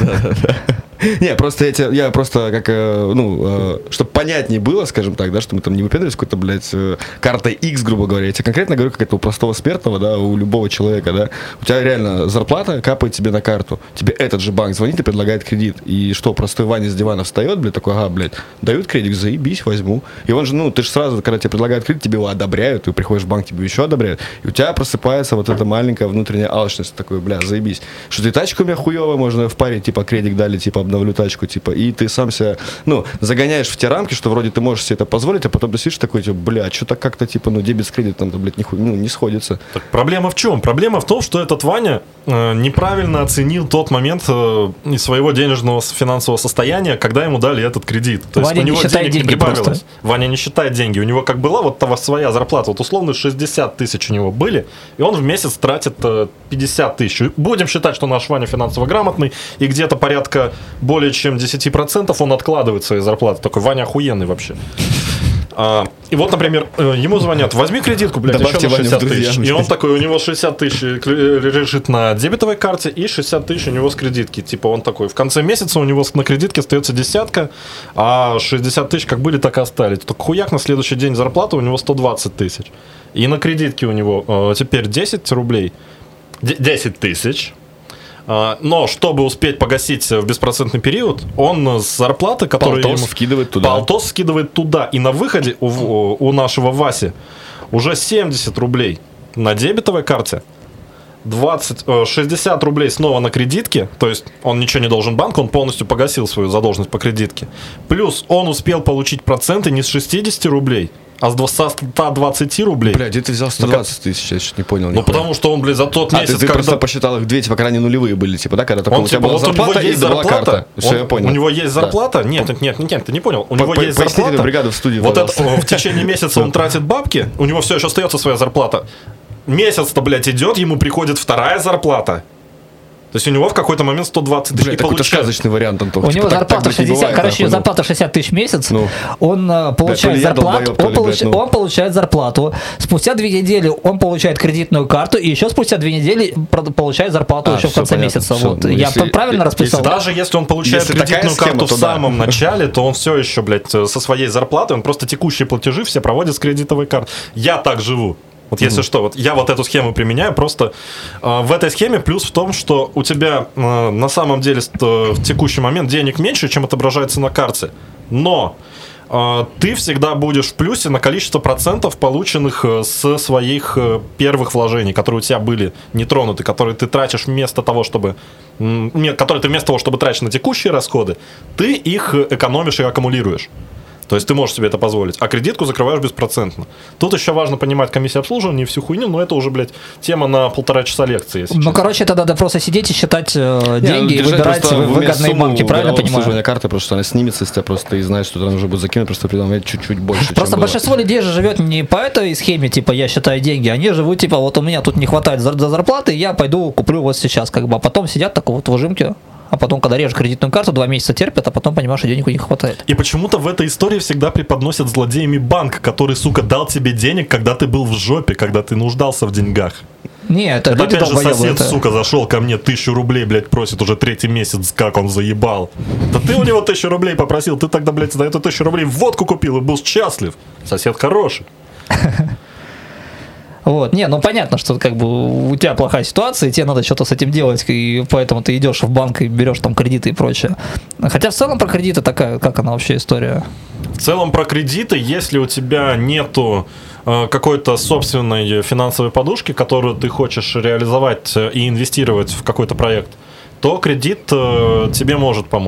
Speaker 3: Не, просто я просто как, чтобы понятнее было, скажем так, да, что мы там не выпендривались какой-то, блядь, картой X, грубо говоря. Я тебе конкретно говорю, как это у простого смертного, да, у любого человека, да. У тебя реально зарплата капает тебе на карту. Тебе этот же банк звонит и предлагает кредит. И что, простой Ваня с дивана встает, блядь, такой, ага, блядь, дают кредит, заебись, возьму. И он же, ты же сразу, когда тебе предлагают кредит, тебе его одобряют, ты приходишь в банк, тебе еще одобряют. И у тебя просыпается вот эта маленькая внутренняя алчность, такой, бля, заебись. Что ты тачка у меня хуевая, можно в паре, типа, кредит дали, типа, обновлю тачку, типа, и ты сам себя, загоняешь в те рамки, что вроде ты можешь себе это позволить, а потом ты сидишь такой, типа, бля, что-то как-то, типа, дебет с кредитом, блядь, не сходится.
Speaker 1: Так проблема в чем? Проблема в том, что этот Ваня неправильно оценил тот момент своего денежного финансового состояния, когда ему дали этот кредит. То есть
Speaker 2: Ваня
Speaker 1: у него денег не прибавилось.
Speaker 2: Просто.
Speaker 1: Ваня не считает деньги. У него как была вот своя зарплата, вот условно 60 тысяч у него были, и он в месяц тратит 50 тысяч. Будем считать, что наш Ваня финансово грамотный, и где-то порядка более чем 10% он откладывает свои зарплаты. Такой Ваня охуенный вообще. И вот, например, ему звонят, возьми кредитку, блядь,
Speaker 3: добавьте
Speaker 1: еще на 60
Speaker 3: друзья,
Speaker 1: тысяч. И он такой, у него 60 тысяч лежит на дебетовой карте и 60 тысяч у него с кредитки. Типа он такой, в конце месяца у него на кредитке остается десятка, а 60 тысяч как были, так и остались. Так хуяк, на следующий день зарплата у него 120 тысяч. И на кредитке у него теперь 10 рублей, 10 тысяч. Но чтобы успеть погасить в беспроцентный период, он с зарплаты, которую
Speaker 3: ему скидывает туда.
Speaker 1: Полтос скидывает туда. И на выходе у нашего Васи уже 70 рублей на дебетовой карте, 60 рублей снова на кредитке, то есть он ничего не должен банку, он полностью погасил свою задолженность по кредитке. Плюс он успел получить проценты не с 60 рублей, а с 120 рублей.
Speaker 3: Бля, где ты взял 120 тысяч? Я что-то не понял.
Speaker 1: Ну, потому что он, блядь, за тот месяц...
Speaker 3: ты просто посчитал их две, типа, крайне нулевые были, типа, да? Когда только у тебя была зарплата и была карта. Все, я понял.
Speaker 1: У него есть зарплата? Нет, ты не понял. У него есть зарплата.
Speaker 3: Бригаду в студии,
Speaker 1: вот это в течение месяца он тратит бабки, у него все еще остается своя зарплата. Месяц-то, блядь, идет, ему приходит вторая зарплата. То есть у него в какой-то момент 120 тысяч.
Speaker 3: Бля, какой-то сказочный вариант, Антон.
Speaker 2: У него зарплата 60, зарплата 60 тысяч в месяц. Он получает зарплату. Он получает зарплату. Спустя 2 недели он получает кредитную карту, и еще спустя 2 недели получает зарплату еще в конце месяца. Вот. Я правильно расписал?
Speaker 1: Даже если он получает кредитную карту в самом начале, то он все еще, блядь, со своей зарплаты, он просто текущие платежи все проводит с кредитовой карты. Я так живу. Вот если что, вот я вот эту схему применяю, просто в этой схеме плюс в том, что у тебя на самом деле в текущий момент денег меньше, чем отображается на карте, но ты всегда будешь в плюсе на количество процентов, полученных со своих первых вложений, которые у тебя были не тронуты, которые ты тратишь вместо того, чтобы тратить на текущие расходы, ты их экономишь и аккумулируешь. То есть ты можешь себе это позволить, а кредитку закрываешь беспроцентно. Тут еще важно понимать комиссию обслуживания и всю хуйню, но это уже, блядь, тема на 1,5 часа лекции, если честно.
Speaker 2: Короче, тогда надо просто сидеть и считать деньги и выбирать выгодные банки, правильно понимаю?
Speaker 3: Обслуживание карты, просто она снимется, если просто и знаешь, что там уже будет закинуть, просто придумать чуть-чуть больше.
Speaker 2: Просто большинство людей же живет не по этой схеме, типа, я считаю деньги, они живут, типа, вот у меня тут не хватает до зарплаты, я пойду куплю вот сейчас, как бы, а потом сидят такой вот в ужимке. А потом, когда режешь кредитную карту, 2 месяца терпят, а потом понимаешь, что денег у них хватает.
Speaker 1: И почему-то в этой истории всегда преподносят злодеями банк, который, сука, дал тебе денег, когда ты был в жопе, когда ты нуждался в деньгах.
Speaker 2: Нет, это
Speaker 1: опять же сосед, сука, зашел ко мне 1000 рублей, блядь, просит уже 3-й месяц, как он заебал. Да ты у него 1000 рублей попросил, ты тогда, блядь, за эту 1000 рублей водку купил и был счастлив. Сосед хороший.
Speaker 2: Вот, понятно, что как бы у тебя плохая ситуация, и тебе надо что-то с этим делать, и поэтому ты идешь в банк и берешь там кредиты и прочее. Хотя в целом про кредиты такая, как она вообще история?
Speaker 1: В целом про кредиты, если у тебя нету какой-то собственной финансовой подушки, которую ты хочешь реализовать и инвестировать в какой-то проект, то кредит тебе может помочь.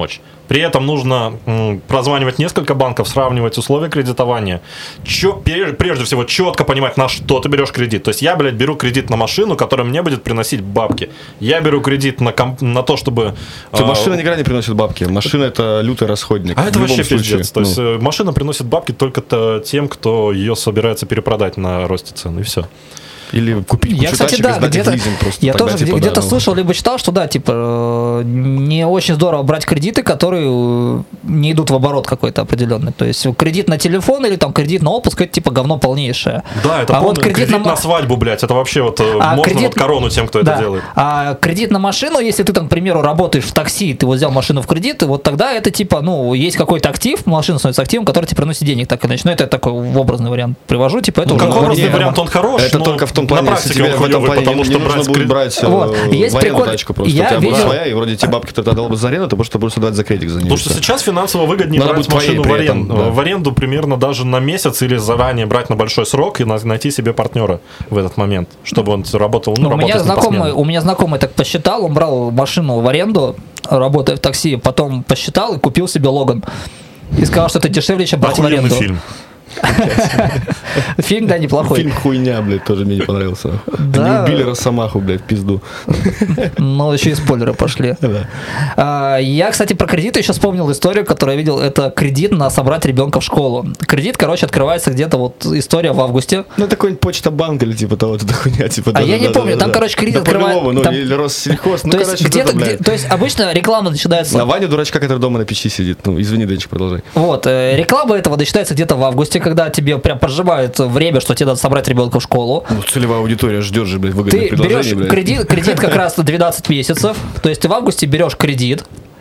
Speaker 1: При этом нужно прозванивать несколько банков, сравнивать условия кредитования. Прежде всего, четко понимать, на что ты берешь кредит. То есть я, блядь, беру кредит на машину, которая мне будет приносить бабки. Я беру кредит на то, чтобы...
Speaker 3: Машина никогда не приносит бабки. Машина — это лютый расходник.
Speaker 1: А это вообще пиздец. То есть машина приносит бабки только тем, кто ее собирается перепродать на росте цен, и все.
Speaker 3: Или купить кучу тачек и сдать их в лизинг просто.
Speaker 2: Я тоже где-то слышал, либо читал, что да, типа, не очень здорово брать кредиты, которые не идут в оборот какой-то определенный. То есть кредит на телефон или там кредит на отпуск, это типа говно полнейшее.
Speaker 1: Да, это вот кредит на свадьбу, блядь, это вообще вот можно вот корону тем, кто это делает.
Speaker 2: А кредит на машину, если ты там, к примеру, работаешь в такси, ты вот взял машину в кредит, и вот тогда это типа, ну, есть какой-то актив, машина становится активом, который тебе приносит денег, так иначе. Ну, это такой образный вариант привожу, типа, это
Speaker 1: уже... Как образный вариант, он хорош,
Speaker 3: это только в том плане, если тебе в этом плане потому что нужно будет брать военную тачку просто. У тебя будет своя, и вроде те бабки, которые ты отдал бы за аренду, ты просто будешь отдавать за кредит за нее.
Speaker 1: Потому что сейчас финансово выгоднее брать машину в аренду примерно даже на месяц или заранее брать на большой срок и найти себе партнера в этот момент, чтобы он работал,
Speaker 2: у меня знакомый так посчитал, он брал машину в аренду, работая в такси, потом посчитал и купил себе Логан. И сказал, что это дешевле, чем брать в аренду.
Speaker 1: Фильм.
Speaker 2: Фильм, да, неплохой.
Speaker 3: Фильм хуйня, блядь, тоже мне не понравился.
Speaker 2: Да.
Speaker 3: Они убили Росомаху, блядь, в пизду.
Speaker 2: Ну, еще и спойлеры пошли. Я, кстати, про кредиты еще вспомнил историю, которую я видел. Это кредит на собрать ребенка в школу. Кредит, короче, открывается где-то вот история в августе.
Speaker 3: Ну, это какой-нибудь Почта банк или типа того, это хуйня. Типа,
Speaker 2: я не помню, там, короче, кредит открывается.
Speaker 3: Ну, или Россельхоз, ну, короче,
Speaker 2: где-то, то есть обычно реклама начинается...
Speaker 3: На Ваню дурачка, который дома на печи сидит. Ну, извини, Денчик, продолжай.
Speaker 2: Вот, реклама этого начинается где-то в августе, когда тебе прям поджимает время, что тебе надо собрать ребенка в школу.
Speaker 3: Ну, целевая аудитория ждет же, блядь, выгодное предложение, блядь.
Speaker 2: Ты берешь кредит как раз на 12 месяцев, то есть ты в августе берешь кредит,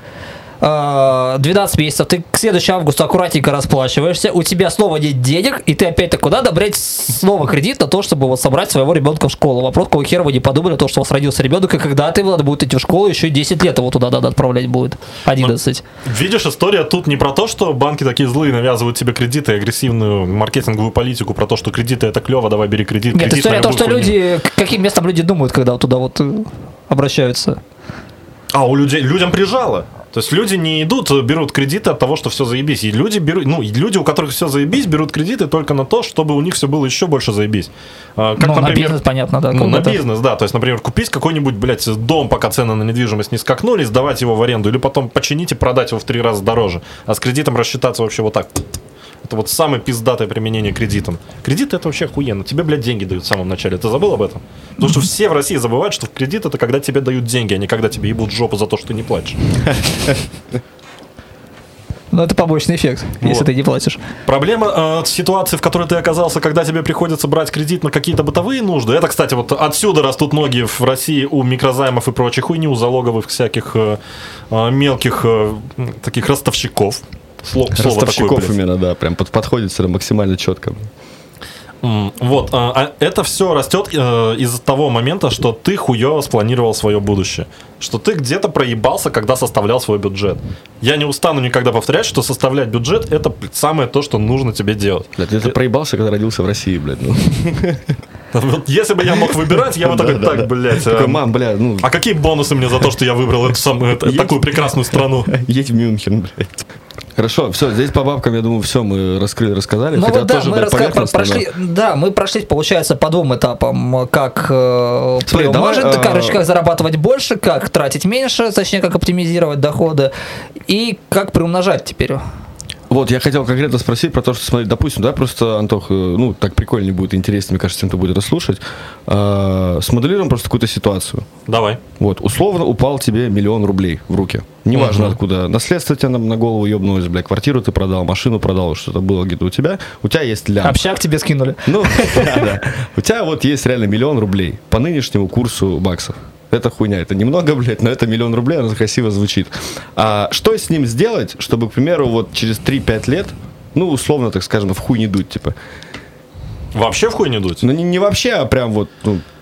Speaker 2: 12 месяцев, ты к следующему августу аккуратненько расплачиваешься, у тебя снова нет денег, и ты опять-таки куда брать снова кредит на то, чтобы вот собрать своего ребенка в школу. Вопрос, какого хера вы не подумали, то, что у вас родился ребенок, и когда-то ему надо будет идти в школу, еще и 10 лет его туда надо отправлять будет, 11.
Speaker 1: Видишь, история тут не про то, что банки такие злые навязывают тебе кредиты и агрессивную маркетинговую политику, про то, что кредиты это клево, давай бери кредит.
Speaker 2: Нет, история о том, что люди, каким местом люди думают, когда туда вот обращаются.
Speaker 1: А у людям прижало. То есть люди не идут, берут кредиты от того, что все заебись. И люди берут, люди, у которых все заебись, берут кредиты только на то, чтобы у них все было еще больше заебись.
Speaker 2: Как, например, на бизнес, понятно, да.
Speaker 1: На бизнес, да. То есть, например, купить какой-нибудь, блядь, дом, пока цены на недвижимость не скакнули, сдавать его в аренду, или потом починить и продать его в 3 раза дороже. А с кредитом рассчитаться вообще вот так. Это вот самое пиздатое применение кредитом. Кредит это вообще охуенно. Тебе, блядь, деньги дают в самом начале. Ты забыл об этом? Потому что все в России забывают, что в кредит это когда тебе дают деньги, а не когда тебе ебут жопу за то, что ты не платишь.
Speaker 2: Ну, это побочный эффект, если ты не платишь.
Speaker 1: Проблема ситуации, в которой ты оказался, когда тебе приходится брать кредит на какие-то бытовые нужды. Это, кстати, вот отсюда растут ноги в России у микрозаймов и прочей хуйни, у залоговых всяких мелких таких ростовщиков.
Speaker 3: Ростовщиков такое, именно, да, прям подходит сюда максимально четко.
Speaker 1: Вот, это все растет из-за того момента, что ты хуёво спланировал свое будущее. Что ты где-то проебался, когда составлял свой бюджет. Я не устану никогда повторять, что составлять бюджет это самое то, что нужно тебе делать.
Speaker 3: Блядь, ты проебался, когда родился в России, блядь. Ну.
Speaker 1: Вот, если бы я мог выбирать, я бы такой, так, блядь.
Speaker 3: Такой, мам, блядь, ну.
Speaker 1: А какие бонусы мне за то, что я выбрал такую прекрасную страну?
Speaker 3: Едь в Мюнхен, блядь. Хорошо, все, здесь по бабкам, я думаю, все мы рассказали.
Speaker 2: Ну
Speaker 3: хотя
Speaker 2: вот да,
Speaker 3: тоже,
Speaker 2: мы прошлись, получается, по 2 этапам. Как как зарабатывать больше, как тратить меньше, точнее, как оптимизировать доходы, и как приумножать теперь.
Speaker 3: Вот, я хотел конкретно спросить про то, что, смотри, допустим, да, просто, Антох, ну, так прикольнее будет, интересно, мне кажется, тем, кто будет это слушать. Смоделируем просто какую-то ситуацию.
Speaker 1: Давай.
Speaker 3: Вот, условно упал тебе 1 000 000 рублей в руки. Неважно откуда. Наследство тебе на голову ебнулось, блядь, квартиру ты продал, машину продал, что-то было где-то у тебя есть лям.
Speaker 2: Общак тебе скинули.
Speaker 3: Ну, да. У тебя вот есть реально 1 000 000 рублей по нынешнему курсу баксов. Это хуйня, это немного, блядь, но это 1 000 000 рублей, оно красиво звучит. А что с ним сделать, чтобы, к примеру, вот через 3-5 лет, ну, условно, так скажем, в хуй не дуть, типа?
Speaker 1: Вообще в хуй не дуть?
Speaker 3: Ну, не вообще, а прям вот, ну,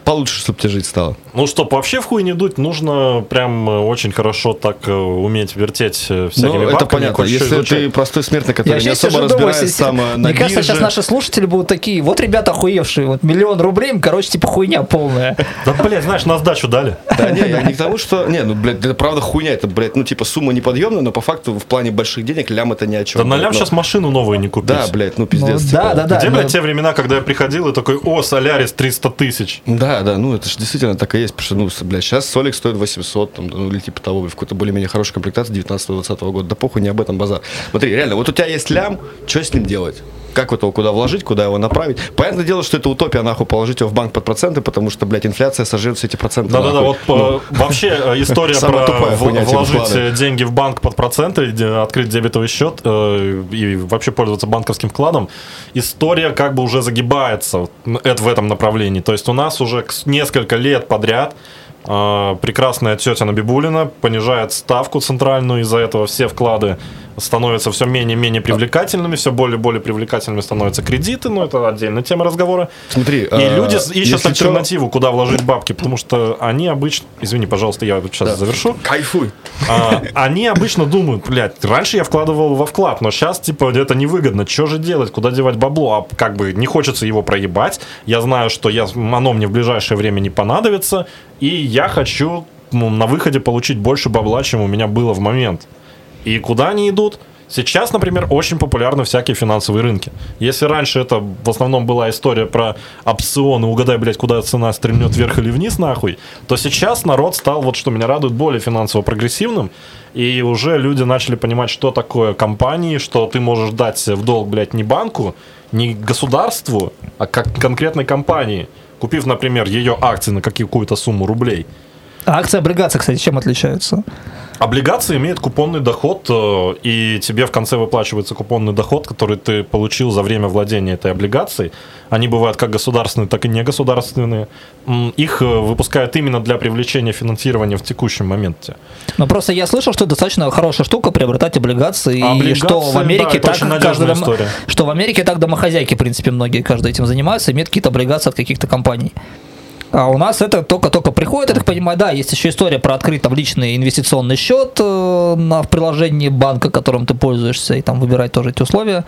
Speaker 3: получше, чтобы тебе жить стало.
Speaker 1: Ну, чтобы вообще в хуй не дуть, нужно прям очень хорошо так уметь вертеть всякими бабками.
Speaker 3: Это понятно. Если ты простой смертный, который не особо разбирается там на
Speaker 2: мне кажется,
Speaker 3: бирже.
Speaker 2: сейчас наши слушатели будут такие, вот ребята охуевшие, вот 1 000 000 рублей, им, короче, типа хуйня полная.
Speaker 1: Да, блядь, знаешь, на сдачу дали.
Speaker 3: Да, не, я не к тому, что... Не, ну, блядь, это правда хуйня. Это, блядь, ну, типа, сумма неподъемная, но по факту в плане больших денег лям это ни о чем.
Speaker 1: Да на лям сейчас машину новую не купить.
Speaker 3: Да, блядь, ну, пиздец.
Speaker 2: Да.
Speaker 1: Где, блядь, те времена, когда я приходил и такой, о, Солярис 300 тысяч.
Speaker 3: Да, ну, это же действительно так и есть. Потому что, ну, блядь, сейчас Солик стоит 800, там, ну, или типа того, в какой-то более-менее хорошей комплектации 19-20 года. Да похуй, не об этом базар. Смотри, реально, вот у тебя есть лям, что с ним делать? Как вот его куда вложить, куда его направить? Понятное дело, что это утопия, нахуй, положить его в банк под проценты, потому что, блядь, инфляция сожрет все эти проценты.
Speaker 1: Да-да-да, вот вообще история про вложить деньги в банк под проценты, открыть дебетовый счет и вообще пользоваться банковским вкладом, история как бы уже загибается в этом направлении. То есть у нас уже несколько лет подряд прекрасная тетя Набибуллина понижает ставку центральную, из-за этого все вклады становятся все менее и менее привлекательными, все более и более привлекательными становятся кредиты, но это отдельная тема разговора.
Speaker 3: Смотри,
Speaker 1: и люди ищут альтернативу, куда вложить бабки, потому что они обычно... Извини, пожалуйста, я сейчас завершу.
Speaker 3: Кайфуй.
Speaker 1: Они обычно думают, блядь, раньше я вкладывал во вклад, но сейчас, типа, это невыгодно, что же делать, куда девать бабло, а как бы не хочется его проебать, я знаю, что оно мне в ближайшее время не понадобится, и я хочу на выходе получить больше бабла, чем у меня было в момент. И куда они идут? Сейчас, например, очень популярны всякие финансовые рынки. Если раньше это в основном была история про опционы, угадай, блядь, куда цена стрельнет вверх или вниз, нахуй, то сейчас народ стал, вот что меня радует, более финансово прогрессивным, и уже люди начали понимать, что такое компании, что ты можешь дать в долг, блядь, не банку, не государству, а как конкретной компании, купив, например, ее акции на какую-то сумму рублей.
Speaker 2: А акции и облигации, кстати, чем отличаются?
Speaker 1: Облигации имеют купонный доход, и тебе в конце выплачивается купонный доход, который ты получил за время владения этой облигацией. Они бывают как государственные, так и негосударственные. Их выпускают именно для привлечения финансирования в текущем моменте.
Speaker 2: Но просто я слышал, что достаточно хорошая штука приобретать облигации, и что в Америке
Speaker 1: да,
Speaker 2: так что в Америке так домохозяйки, в принципе, многие каждый этим занимаются, имеют какие-то облигации от каких-то компаний. А у нас это только приходит, я так понимаю, да, есть еще история про открыть там личный инвестиционный счет в приложении банка, которым ты пользуешься, и там выбирать тоже эти условия.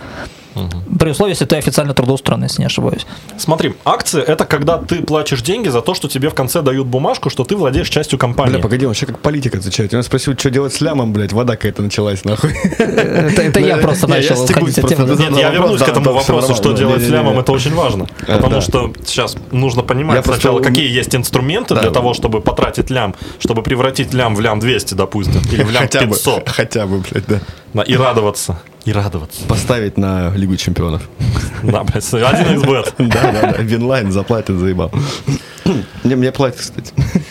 Speaker 2: При условии, если ты официально трудоустроен, если не ошибаюсь.
Speaker 1: Смотри, акции – это когда ты платишь деньги за то, что тебе в конце дают бумажку, что ты владеешь частью компании.
Speaker 3: Бля, погоди, он вообще как политик отвечает. Я спросил, что делать с лямом, блядь, вода какая-то началась, нахуй.
Speaker 2: Это я просто начал уходить от темы.
Speaker 1: Нет, я вернусь к этому вопросу, что делать с лямом, это очень важно. Потому что сейчас нужно понимать сначала, какие есть инструменты для того, чтобы потратить лям, чтобы превратить лям в лям 200, допустим, или в лям 500.
Speaker 3: Хотя бы, блядь, да.
Speaker 1: И радоваться.
Speaker 3: Поставить на Лигу чемпионов.
Speaker 1: Да, блядь, 1xbet.
Speaker 3: Да, Винлайн заплатит, заебал. Мне платят, кстати.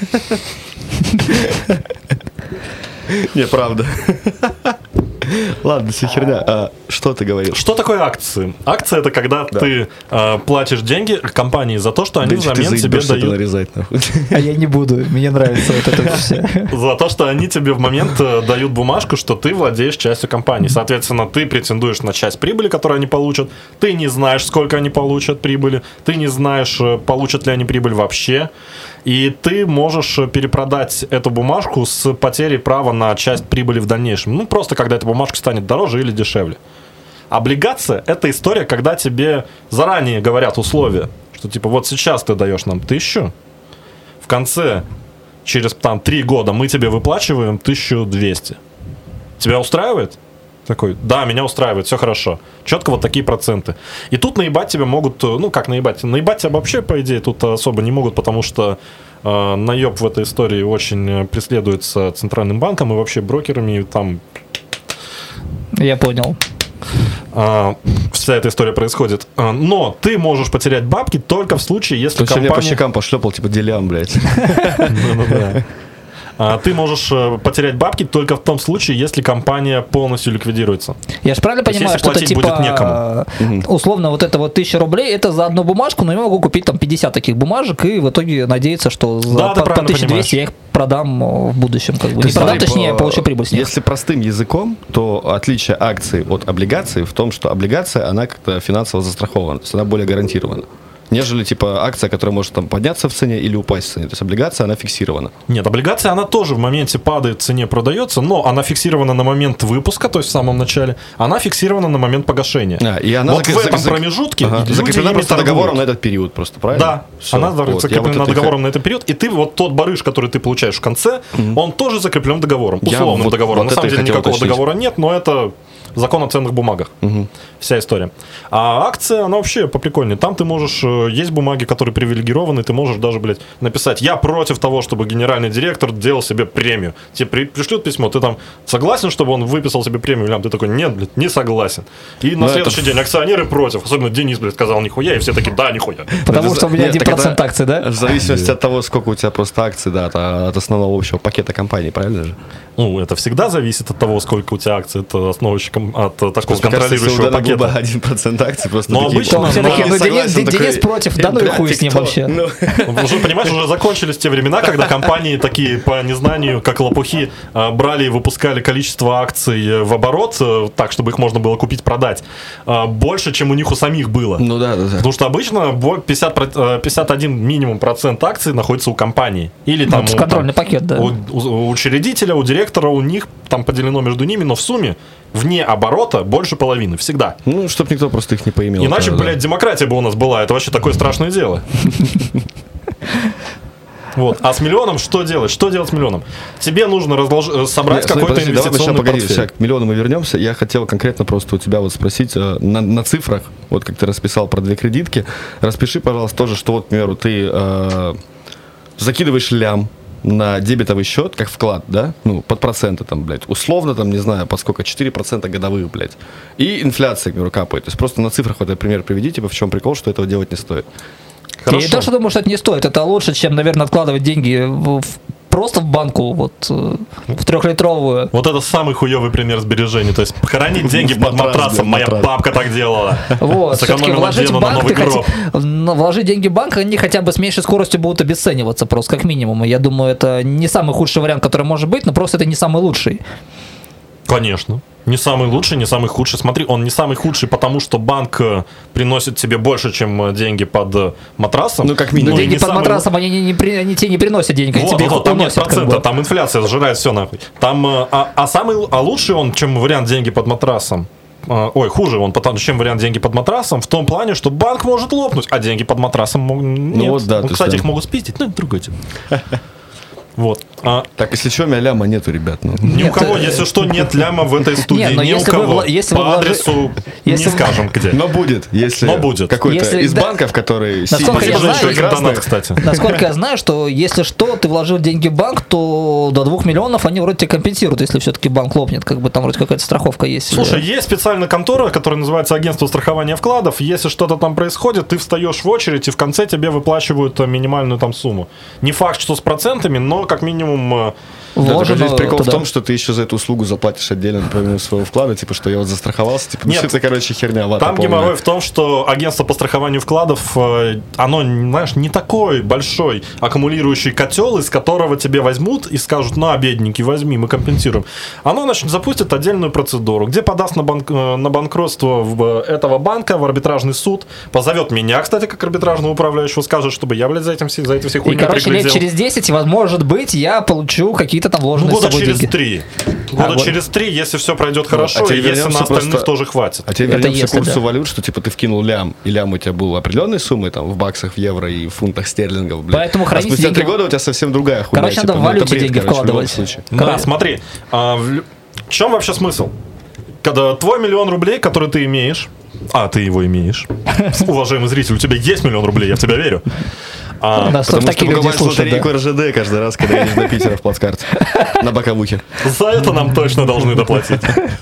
Speaker 3: Не, правда. Ладно, все херня. Что ты говорил?
Speaker 1: Что такое акции? Акция — это когда ты платишь деньги компании за то, что они взамен тебе дают.
Speaker 3: Нарезать, нахуй.
Speaker 2: А я не буду, мне нравится вот это все.
Speaker 1: За то, что они тебе в момент дают бумажку, что ты владеешь частью компании. Соответственно, ты претендуешь на часть прибыли, которую они получат. Ты не знаешь, сколько они получат прибыли. Ты не знаешь, получат ли они прибыль вообще. И ты можешь перепродать эту бумажку с потерей права на часть прибыли в дальнейшем. Ну, просто когда эта бумажка станет дороже или дешевле. Облигация – это история, когда тебе заранее говорят условия, что типа вот сейчас ты даешь нам 1000, в конце, через там 3 года мы тебе выплачиваем 1200. Тебя устраивает? Такой, да, меня устраивает, все хорошо. Четко вот такие проценты. И тут наебать тебя могут, ну как наебать? Наебать тебя вообще, по идее, тут особо не могут, потому что наеб в этой истории очень преследуется Центральным банком и вообще брокерами там.
Speaker 2: Я понял.
Speaker 1: Вся эта история происходит. Но ты можешь потерять бабки только в случае, если компания...
Speaker 3: Мне по щекам пошлепал, типа, Делиан, блядь.
Speaker 1: Ты можешь потерять бабки только в том случае, если компания полностью ликвидируется.
Speaker 2: Я же правильно понимаю, что это типа условно вот это вот 1000 рублей, это за одну бумажку, но я могу купить там 50 таких бумажек и в итоге надеяться, что за по 1200 я их продам в будущем. Как бы. Не продам, точнее, я получу прибыль с них.
Speaker 3: Если простым языком, то отличие акций от облигаций в том, что облигация, она как-то финансово застрахована, то есть она более гарантирована. нежели, типа, акция, которая может там подняться в цене или упасть в цене. То есть облигация, она фиксирована.
Speaker 1: Нет, облигация, она тоже в моменте падает в цене, продается, но она фиксирована на момент выпуска, то есть в самом начале, она фиксирована на момент погашения.
Speaker 3: И она
Speaker 1: вот в этом промежутке
Speaker 3: закреплена просто договором на этот период, просто, правильно?
Speaker 1: Да,
Speaker 3: Все.
Speaker 1: она закреплена договором на этот период, и ты вот тот барыш, который ты получаешь в конце, он тоже закреплен договором, условным договором. На самом деле никакого договора нет, но это закон о ценных бумагах. Вся история. А акция, она вообще поприкольнее. Там ты можешь, есть бумаги, которые привилегированы, ты можешь даже, блядь, написать: я против того, чтобы генеральный директор делал себе премию. Тебе пришлют письмо, ты там согласен, чтобы он выписал себе премию? Лям, ты такой: нет, блядь, не согласен. И на следующий день акционеры против. Особенно Денис, блядь, сказал нихуя, и все такие: да, нихуя.
Speaker 2: Потому что у меня 1% акций, да?
Speaker 3: В зависимости от того, сколько у тебя просто акций, да, от основного общего пакета компании, правильно же?
Speaker 1: Ну, это всегда зависит от того, сколько у тебя акций, от основывающего, от такого контролирующего пакета.
Speaker 3: 1% акций просто.
Speaker 1: Но обычно
Speaker 2: Денис против, да ну и хуй с ним вообще.
Speaker 1: Уже, понимаешь, уже закончились те времена, когда компании такие по незнанию, как лопухи, брали и выпускали количество акций в оборот, так, чтобы их можно было купить, продать, больше, чем у них у самих было.
Speaker 3: Ну да.
Speaker 1: Потому что обычно 51 минимум процент акций находится у компании. Или там
Speaker 2: контрольный пакет, да.
Speaker 1: У учредителя, у директора, у них там поделено между ними, но в сумме вне оборота больше половины, всегда.
Speaker 3: Ну, чтобы никто просто их не поимел.
Speaker 1: Иначе, блядь, демократия бы у нас была. Это вообще такое страшное дело. Вот. А с миллионом что делать? Что делать с миллионом? Тебе нужно собрать какой-то инвестиционный портфель.
Speaker 3: К миллиону мы вернемся. Я хотел конкретно просто у тебя вот спросить на цифрах, вот как ты расписал про 2 кредитки, распиши, пожалуйста, тоже, что вот, к примеру, ты закидываешь лям на дебетовый счет, как вклад, да, ну, под проценты там, блядь, условно там, не знаю, под сколько, 4% годовых, блядь, и инфляция, к примеру, капает. То есть просто на цифрах вот этот пример приведи, типа, в чем прикол, что этого делать не стоит.
Speaker 2: Хорошо. Я не то, что думаю, что это не стоит, это лучше, чем, наверное, откладывать деньги просто в банку, вот, в 3-литровую.
Speaker 1: Вот это самый хуёвый пример сбережений. То есть хранить деньги под матрасом. Моя бабка так делала.
Speaker 2: Вот, все-таки вложить в банк, вложить деньги в банк, они хотя бы с меньшей скоростью будут обесцениваться просто, как минимум. И я думаю, это не самый худший вариант, который может быть, но просто это не самый лучший.
Speaker 1: Конечно. Не самый лучший, не самый худший. Смотри, он не самый худший, потому что банк приносит тебе больше, чем деньги под матрасом.
Speaker 3: Ну, как минимум.
Speaker 2: Но деньги под матрасом, они тебе не приносят денег, они тебе их
Speaker 1: там нет
Speaker 2: уносят,
Speaker 1: процента,
Speaker 2: как бы.
Speaker 1: Там инфляция сжирает все нахуй. Там, лучший он, чем вариант деньги под матрасом. Хуже он, чем вариант деньги под матрасом, в том плане, что банк может лопнуть, а деньги под матрасом нет.
Speaker 3: Ну, вот, да,
Speaker 1: кстати, их могут спиздить, ну, другой тип. Вот.
Speaker 3: Так, если что, у меня ляма нету, ребят. Ну.
Speaker 1: Ни у кого, если что, нет ляма в этой студии. Ни у кого. По адресу не скажем где.
Speaker 3: Но будет, если какой-то из банков, который...
Speaker 2: Насколько я знаю, что если что, ты вложил деньги в банк, то до 2 миллионов они вроде тебе компенсируют, если все-таки банк лопнет. Как бы там вроде какая-то страховка есть.
Speaker 1: Слушай, есть специальная контора, которая называется агентство страхования вкладов. Если что-то там происходит, ты встаешь в очередь, и в конце тебе выплачивают минимальную там сумму. Не факт, что с процентами, но как минимум...
Speaker 3: Здесь прикол в том, что ты еще за эту услугу заплатишь отдельно помимо своего вклада, типа, что я вот застраховался, типа,
Speaker 1: нет,
Speaker 3: это, короче, херня.
Speaker 1: Там геморрой в том, что агентство по страхованию вкладов, оно, знаешь, не такой большой аккумулирующий котел, из которого тебе возьмут и скажут: на, бедненький, возьми, мы компенсируем. Оно, значит, запустит отдельную процедуру, где подаст на банкротство этого банка в арбитражный суд, позовет меня, кстати, как арбитражного управляющего, скажет, чтобы я, блядь, за этим все хуйни приглядел.
Speaker 2: И, короче, лет через 10, может быть, я получу какие-то там вложенные с собой деньги.
Speaker 1: Года через 3, если все пройдет хорошо, и если на остальных тоже хватит.
Speaker 3: А теперь вернемся к курсу валют, что типа ты вкинул лям, и лям у тебя был определенной суммы, там, в баксах, в евро и в фунтах стерлингов, блядь.
Speaker 2: Поэтому хранить
Speaker 3: спустя 3 года у тебя совсем другая хуйня.
Speaker 2: Короче, надо в валюте деньги вкладывать.
Speaker 1: Да, смотри, в чем вообще смысл? Когда твой 1 000 000 рублей, который ты имеешь, а ты его имеешь, уважаемый зритель, у тебя есть 1 000 000 рублей, я в тебя верю.
Speaker 3: Потому что покупаешь лотерейку РЖД каждый раз, когда едешь до Питера в плацкарте на боковухе.
Speaker 1: За это нам точно должны доплатить.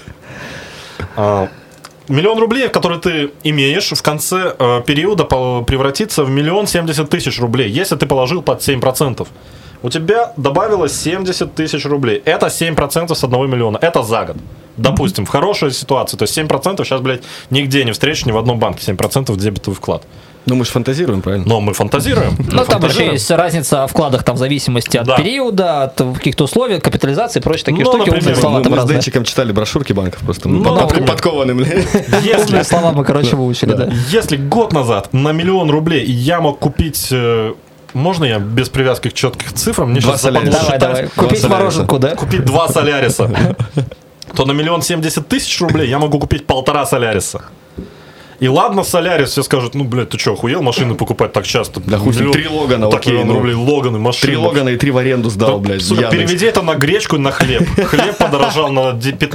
Speaker 1: 1 000 000 рублей, которые ты имеешь, в конце периода превратится в 1 070 000 рублей, если ты положил под 7%. У тебя добавилось 70 000 рублей. Это 7% с 1 миллиона. Это за год. Допустим, в хорошей ситуации, то есть 7% сейчас, блядь, нигде не встречу, ни в одном банке 7% дебетовый вклад.
Speaker 3: Ну, мы же фантазируем, правильно?
Speaker 1: Но мы фантазируем.
Speaker 2: Ну, там еще есть разница о вкладах там, в зависимости от периода, от каких-то условий, от капитализации и прочие такие штуки.
Speaker 1: Например,
Speaker 3: мы с Денчиком читали брошюрки банков просто. Мы подкованы, блядь.
Speaker 2: Умные слова мы, короче, выучили, да.
Speaker 1: Если год назад на 1 000 000 рублей я мог купить... Можно я без привязки к четким цифрам? Мне сейчас
Speaker 2: западло давай. Купить мороженку, да?
Speaker 1: Купить 2 Соляриса. То на 1 070 000 рублей я могу купить 1,5 Соляриса. И ладно, Солярис, все скажут, ну, блядь, ты что, охуел машины покупать так часто?
Speaker 3: Да хуй, 3 Логана.
Speaker 1: Такие рублей, Логаны, машины.
Speaker 3: 3 Логана и 3 в аренду сдал,
Speaker 1: да,
Speaker 3: блядь.
Speaker 1: Сука, переведи это на гречку и на хлеб. Хлеб подорожал на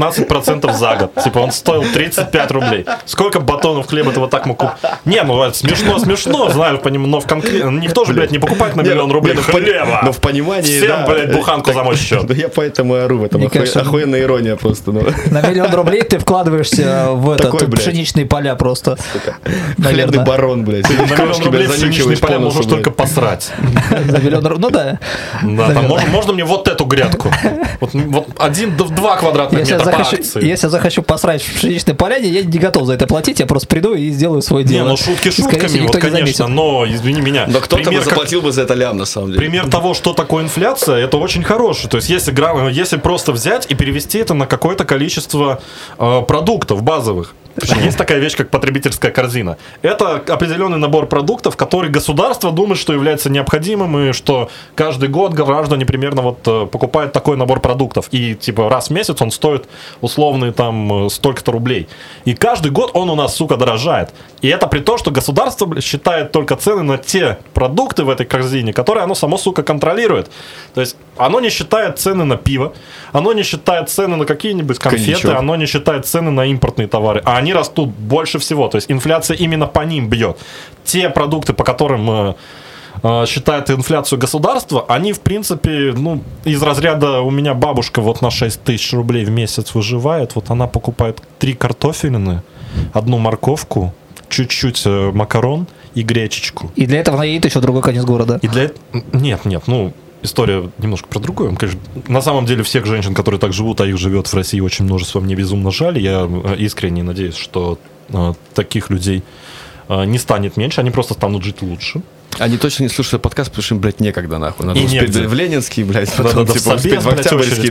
Speaker 1: 15% за год. Типа он стоил 35 рублей. Сколько батонов хлеба ты вот так мог купить? Не, ну это смешно, знаю, но в конкретно... Никто же, блядь, не покупает на 1 000 000 рублей хлеба.
Speaker 3: Но в понимании,
Speaker 1: всем, блядь, буханку за мой счет.
Speaker 3: Да я поэтому и ору в этом. Охуенная ирония просто.
Speaker 2: На 1 000 000 рублей ты вкладываешься в пшеничные поля просто.
Speaker 3: Хлебный барон, блядь.
Speaker 1: На 1 000 000 рублей в пшеничные поля можешь только посрать.
Speaker 2: За 1 000 000 рублей, ну да.
Speaker 1: Да, там можно мне вот эту грядку? Вот 1-2 квадратных метра по акции.
Speaker 2: Если я захочу посрать в пшеничной поляне, я не готов за это платить, я просто приду и сделаю свое дело.
Speaker 1: Не, ну шутки шутками, вот конечно, но, извини меня.
Speaker 3: Но кто-то бы заплатил бы за это лям, на самом деле.
Speaker 1: Пример того, что такое инфляция, это очень хороший. То есть если просто взять и перевести это на какое-то количество продуктов базовых. Есть такая вещь, как потребительская корзина. Это определенный набор продуктов, который государство думает, что является необходимым, и что каждый год граждане примерно вот покупают такой набор продуктов. И типа раз в месяц он стоит условные там столько-то рублей. И каждый год он у нас, сука, дорожает. И это при том, что государство считает только цены на те продукты в этой корзине, которые оно само, сука, контролирует. То есть оно не считает цены на пиво, оно не считает цены на какие-нибудь конфеты, коньячок. Оно не считает цены на импортные товары. А они растут больше всего. То есть инфляция именно по ним бьет. Те продукты, по которым считает инфляцию государства, они, в принципе, ну, из разряда у меня бабушка вот на 6 тысяч рублей в месяц выживает. Вот она покупает 3 картофелины, 1 морковку, чуть-чуть макарон и гречечку.
Speaker 2: И для этого она едет еще в другой конец города.
Speaker 1: И для... Нет, ну... История немножко про другое. Конечно, на самом деле всех женщин, которые так живут, а их живет в России очень множество, мне безумно жаль. Я искренне надеюсь, что таких людей не станет меньше, они просто станут жить лучше.
Speaker 3: Они точно не слушают подкаст, потому что им, блядь, некогда, нахуй. Надо успеть в Ленинский, блядь, потом
Speaker 1: типа
Speaker 3: успеть в Октябрьский.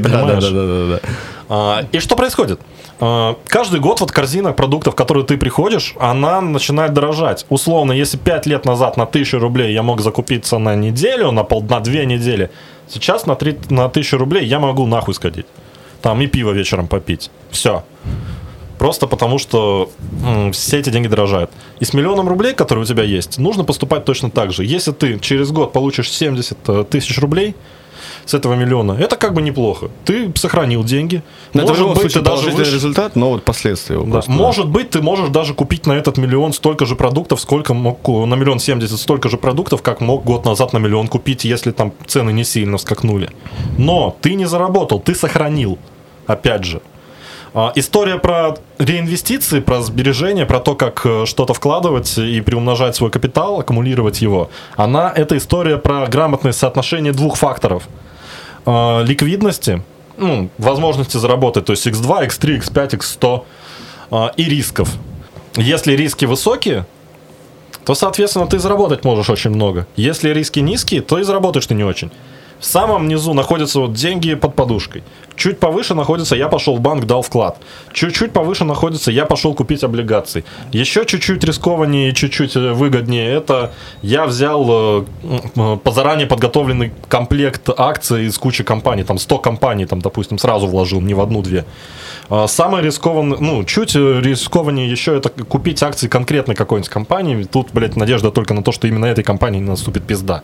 Speaker 1: Да. И что происходит? Каждый год вот корзина продуктов, в которую ты приходишь, она начинает дорожать. Условно, если 5 лет назад на 1000 рублей я мог закупиться на неделю, на 2 недели, сейчас на 1000 рублей я могу нахуй сходить. Там и пиво вечером попить. Все. Просто потому, что все эти деньги дорожают. И с 1 000 000 рублей, которые у тебя есть, нужно поступать точно так же. Если ты через год получишь 70 тысяч рублей с этого 1 000 000, это как бы неплохо. Ты сохранил деньги.
Speaker 3: Но может быть, ты даже результат, но вот последствия.
Speaker 1: Да. Может быть, ты можешь даже купить на этот 1 000 000 столько же продуктов, сколько мог на 1 070 000 столько же продуктов, как мог год назад на 1 000 000 купить, если там цены не сильно скакнули. Но ты не заработал, ты сохранил. Опять же. История про реинвестиции, про сбережения, про то, как что-то вкладывать и приумножать свой капитал, аккумулировать его, это история про грамотное соотношение 2 факторов. Ликвидности, возможности заработать, то есть X2, X3, X5, X100 и рисков. Если риски высокие, то, соответственно, ты заработать можешь очень много. Если риски низкие, то и заработаешь ты не очень. В самом низу находятся вот деньги под подушкой. Чуть повыше находится «я пошел в банк, дал вклад». Чуть-чуть повыше находится «я пошел купить облигаций». Еще чуть-чуть рискованнее и чуть-чуть выгоднее это «я взял заранее подготовленный комплект акций из кучи компаний». Там 100 компаний, там, допустим, сразу вложил, не в 1-2. Самое рискованное, чуть рискованнее еще это купить акции конкретной какой-нибудь компании. Тут, блядь, надежда только на то, что именно этой компании наступит пизда.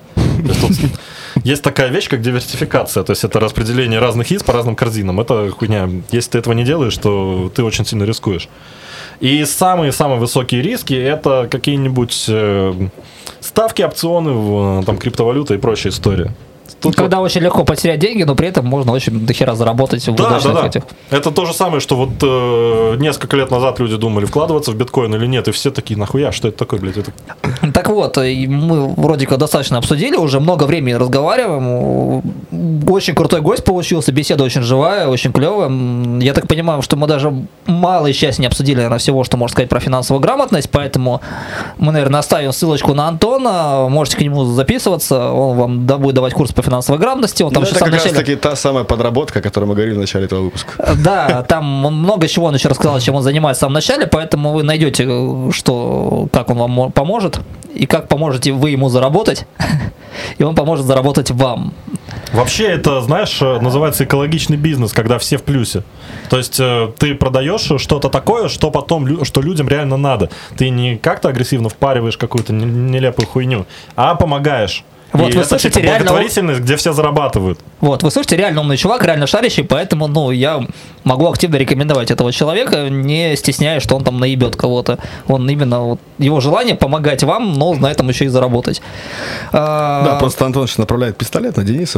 Speaker 1: Есть такая вещь, как диверсификация, то есть это распределение разных яиц по разным корзинам. Это хуйня. Если ты этого не делаешь, то ты очень сильно рискуешь. И самые-самые высокие риски это какие-нибудь ставки, опционы, там, криптовалюта и прочая история.
Speaker 2: Тут когда очень легко потерять деньги, но при этом можно очень дохера заработать в удачных этих.
Speaker 1: Это то же самое, что вот несколько лет назад люди думали, вкладываться в биткоин или нет, и все такие, нахуя, что это такое, блядь?
Speaker 2: Так вот, мы вроде как достаточно обсудили, уже много времени разговариваем. очень крутой гость получился, беседа очень живая, очень клевая. Я так понимаю, что мы даже малой части не обсудили, наверное, всего, что можно сказать про финансовую грамотность, поэтому мы, наверное, оставим ссылочку на Антона, можете к нему записываться, он вам будет давать курс по финансовой грамотности. Он там
Speaker 3: это как раз таки та самая подработка, о которой мы говорили в начале этого выпуска.
Speaker 2: Да, там он много чего он еще рассказал, чем он занимается в самом начале, поэтому вы найдете, как он вам поможет, и как поможете вы ему заработать, и он поможет заработать вам.
Speaker 1: Вообще это, знаешь, называется экологичный бизнес, когда все в плюсе. То есть ты продаешь что-то такое, что потом, что людям реально надо. Ты не как-то агрессивно впариваешь какую-то нелепую хуйню, а помогаешь.
Speaker 2: Вот,
Speaker 1: и
Speaker 2: вы
Speaker 1: это
Speaker 2: слышите,
Speaker 1: типа благотворительность, где все зарабатывают.
Speaker 2: Вот, вы слышите, реально умный чувак, реально шарящий, поэтому, я могу активно рекомендовать этого человека, не стесняясь, что он там наебет кого-то. Он именно, его желание помогать вам, но на этом еще и заработать.
Speaker 3: Да, просто Антоныч направляет пистолет на Дениса.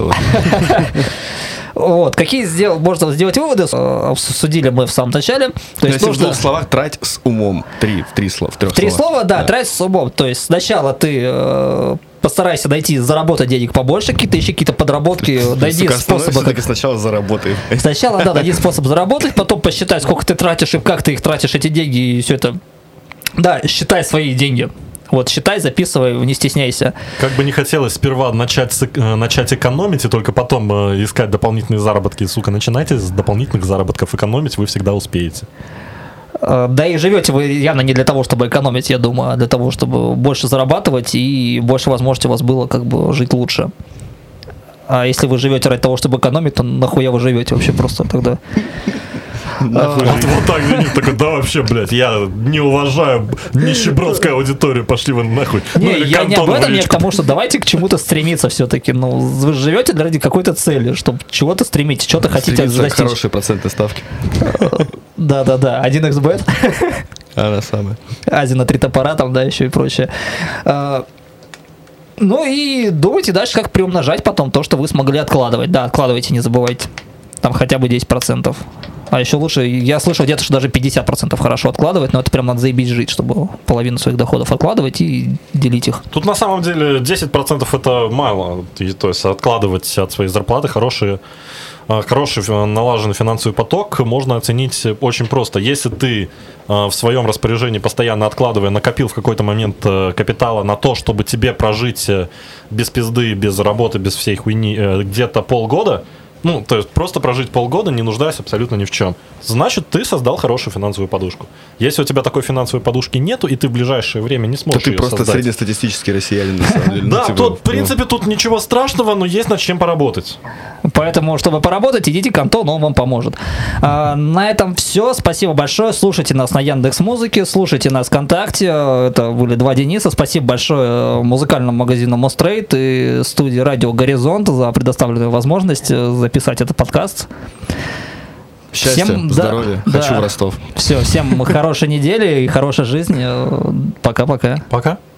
Speaker 2: Вот, какие можно сделать выводы, обсудили мы в самом начале.
Speaker 3: То есть в двух словах трать с умом. В трех словах.
Speaker 2: Три слова, да, трать с умом. То есть сначала ты постарайся заработать денег побольше, ищи какие-то подработки, найди способы.
Speaker 3: Все-таки сначала заработай.
Speaker 2: Сначала, да, найди способ заработать, потом посчитай, сколько ты тратишь и как ты их тратишь, эти деньги, и все это. Да, считай свои деньги. Вот, считай, записывай, не стесняйся.
Speaker 1: Как бы не хотелось сперва начать экономить и только потом искать дополнительные заработки. Сука, начинайте с дополнительных заработков экономить, вы всегда успеете.
Speaker 2: Да и живете вы явно не для того, чтобы экономить, я думаю, а для того, чтобы больше зарабатывать и больше возможностей у вас было жить лучше. А если вы живете ради того, чтобы экономить, то нахуя вы живете вообще просто тогда?
Speaker 1: Вот так Денис такой, да вообще, блядь, я не уважаю нищебродскую аудиторию, пошли вы нахуй.
Speaker 2: Не, я не об этом, я к тому, что давайте к чему-то стремиться все-таки. Вы живете ради какой-то цели, чтобы чего-то стремитесь, что-то хотите достичь.
Speaker 3: Хорошие процентные ставки.
Speaker 2: Да-да-да, 1xbet.
Speaker 3: Она самая.
Speaker 2: Азия на 3 топора, там, да, еще и прочее. И думайте дальше, как приумножать потом то, что вы смогли откладывать. Да, откладывайте, не забывайте. Там хотя бы 10%. А еще лучше, я слышал где-то, что даже 50% хорошо откладывать, но это прям надо заебись жить, чтобы половину своих доходов откладывать и делить их.
Speaker 1: Тут на самом деле 10% это мало. То есть откладывать от своей зарплаты хороший налаженный финансовый поток можно оценить очень просто. Если ты в своем распоряжении постоянно откладывая, накопил в какой-то момент капитала на то, чтобы тебе прожить без пизды, без работы, без всей хуйни где-то полгода, то есть просто прожить полгода, не нуждаясь абсолютно ни в чем. Значит, ты создал хорошую финансовую подушку. Если у тебя такой финансовой подушки нету, и ты в ближайшее время не сможешь ее создать.
Speaker 3: Ты просто среднестатистический россиянин, на самом деле.
Speaker 1: Да, в принципе, тут ничего страшного, но есть над чем поработать.
Speaker 2: Поэтому, чтобы поработать, идите к Антону, он вам поможет. На этом все. Спасибо большое. Слушайте нас на Яндекс.Музыке, слушайте нас ВКонтакте. Это были 2 Дениса. Спасибо большое музыкальному магазину Мострейд и студии Радио Горизонт за предоставленную возможность записать этот подкаст.
Speaker 3: Счастья, здоровья. Хочу в Ростов.
Speaker 2: Все, всем хорошей недели и хорошей жизни. Пока-пока.
Speaker 1: Пока.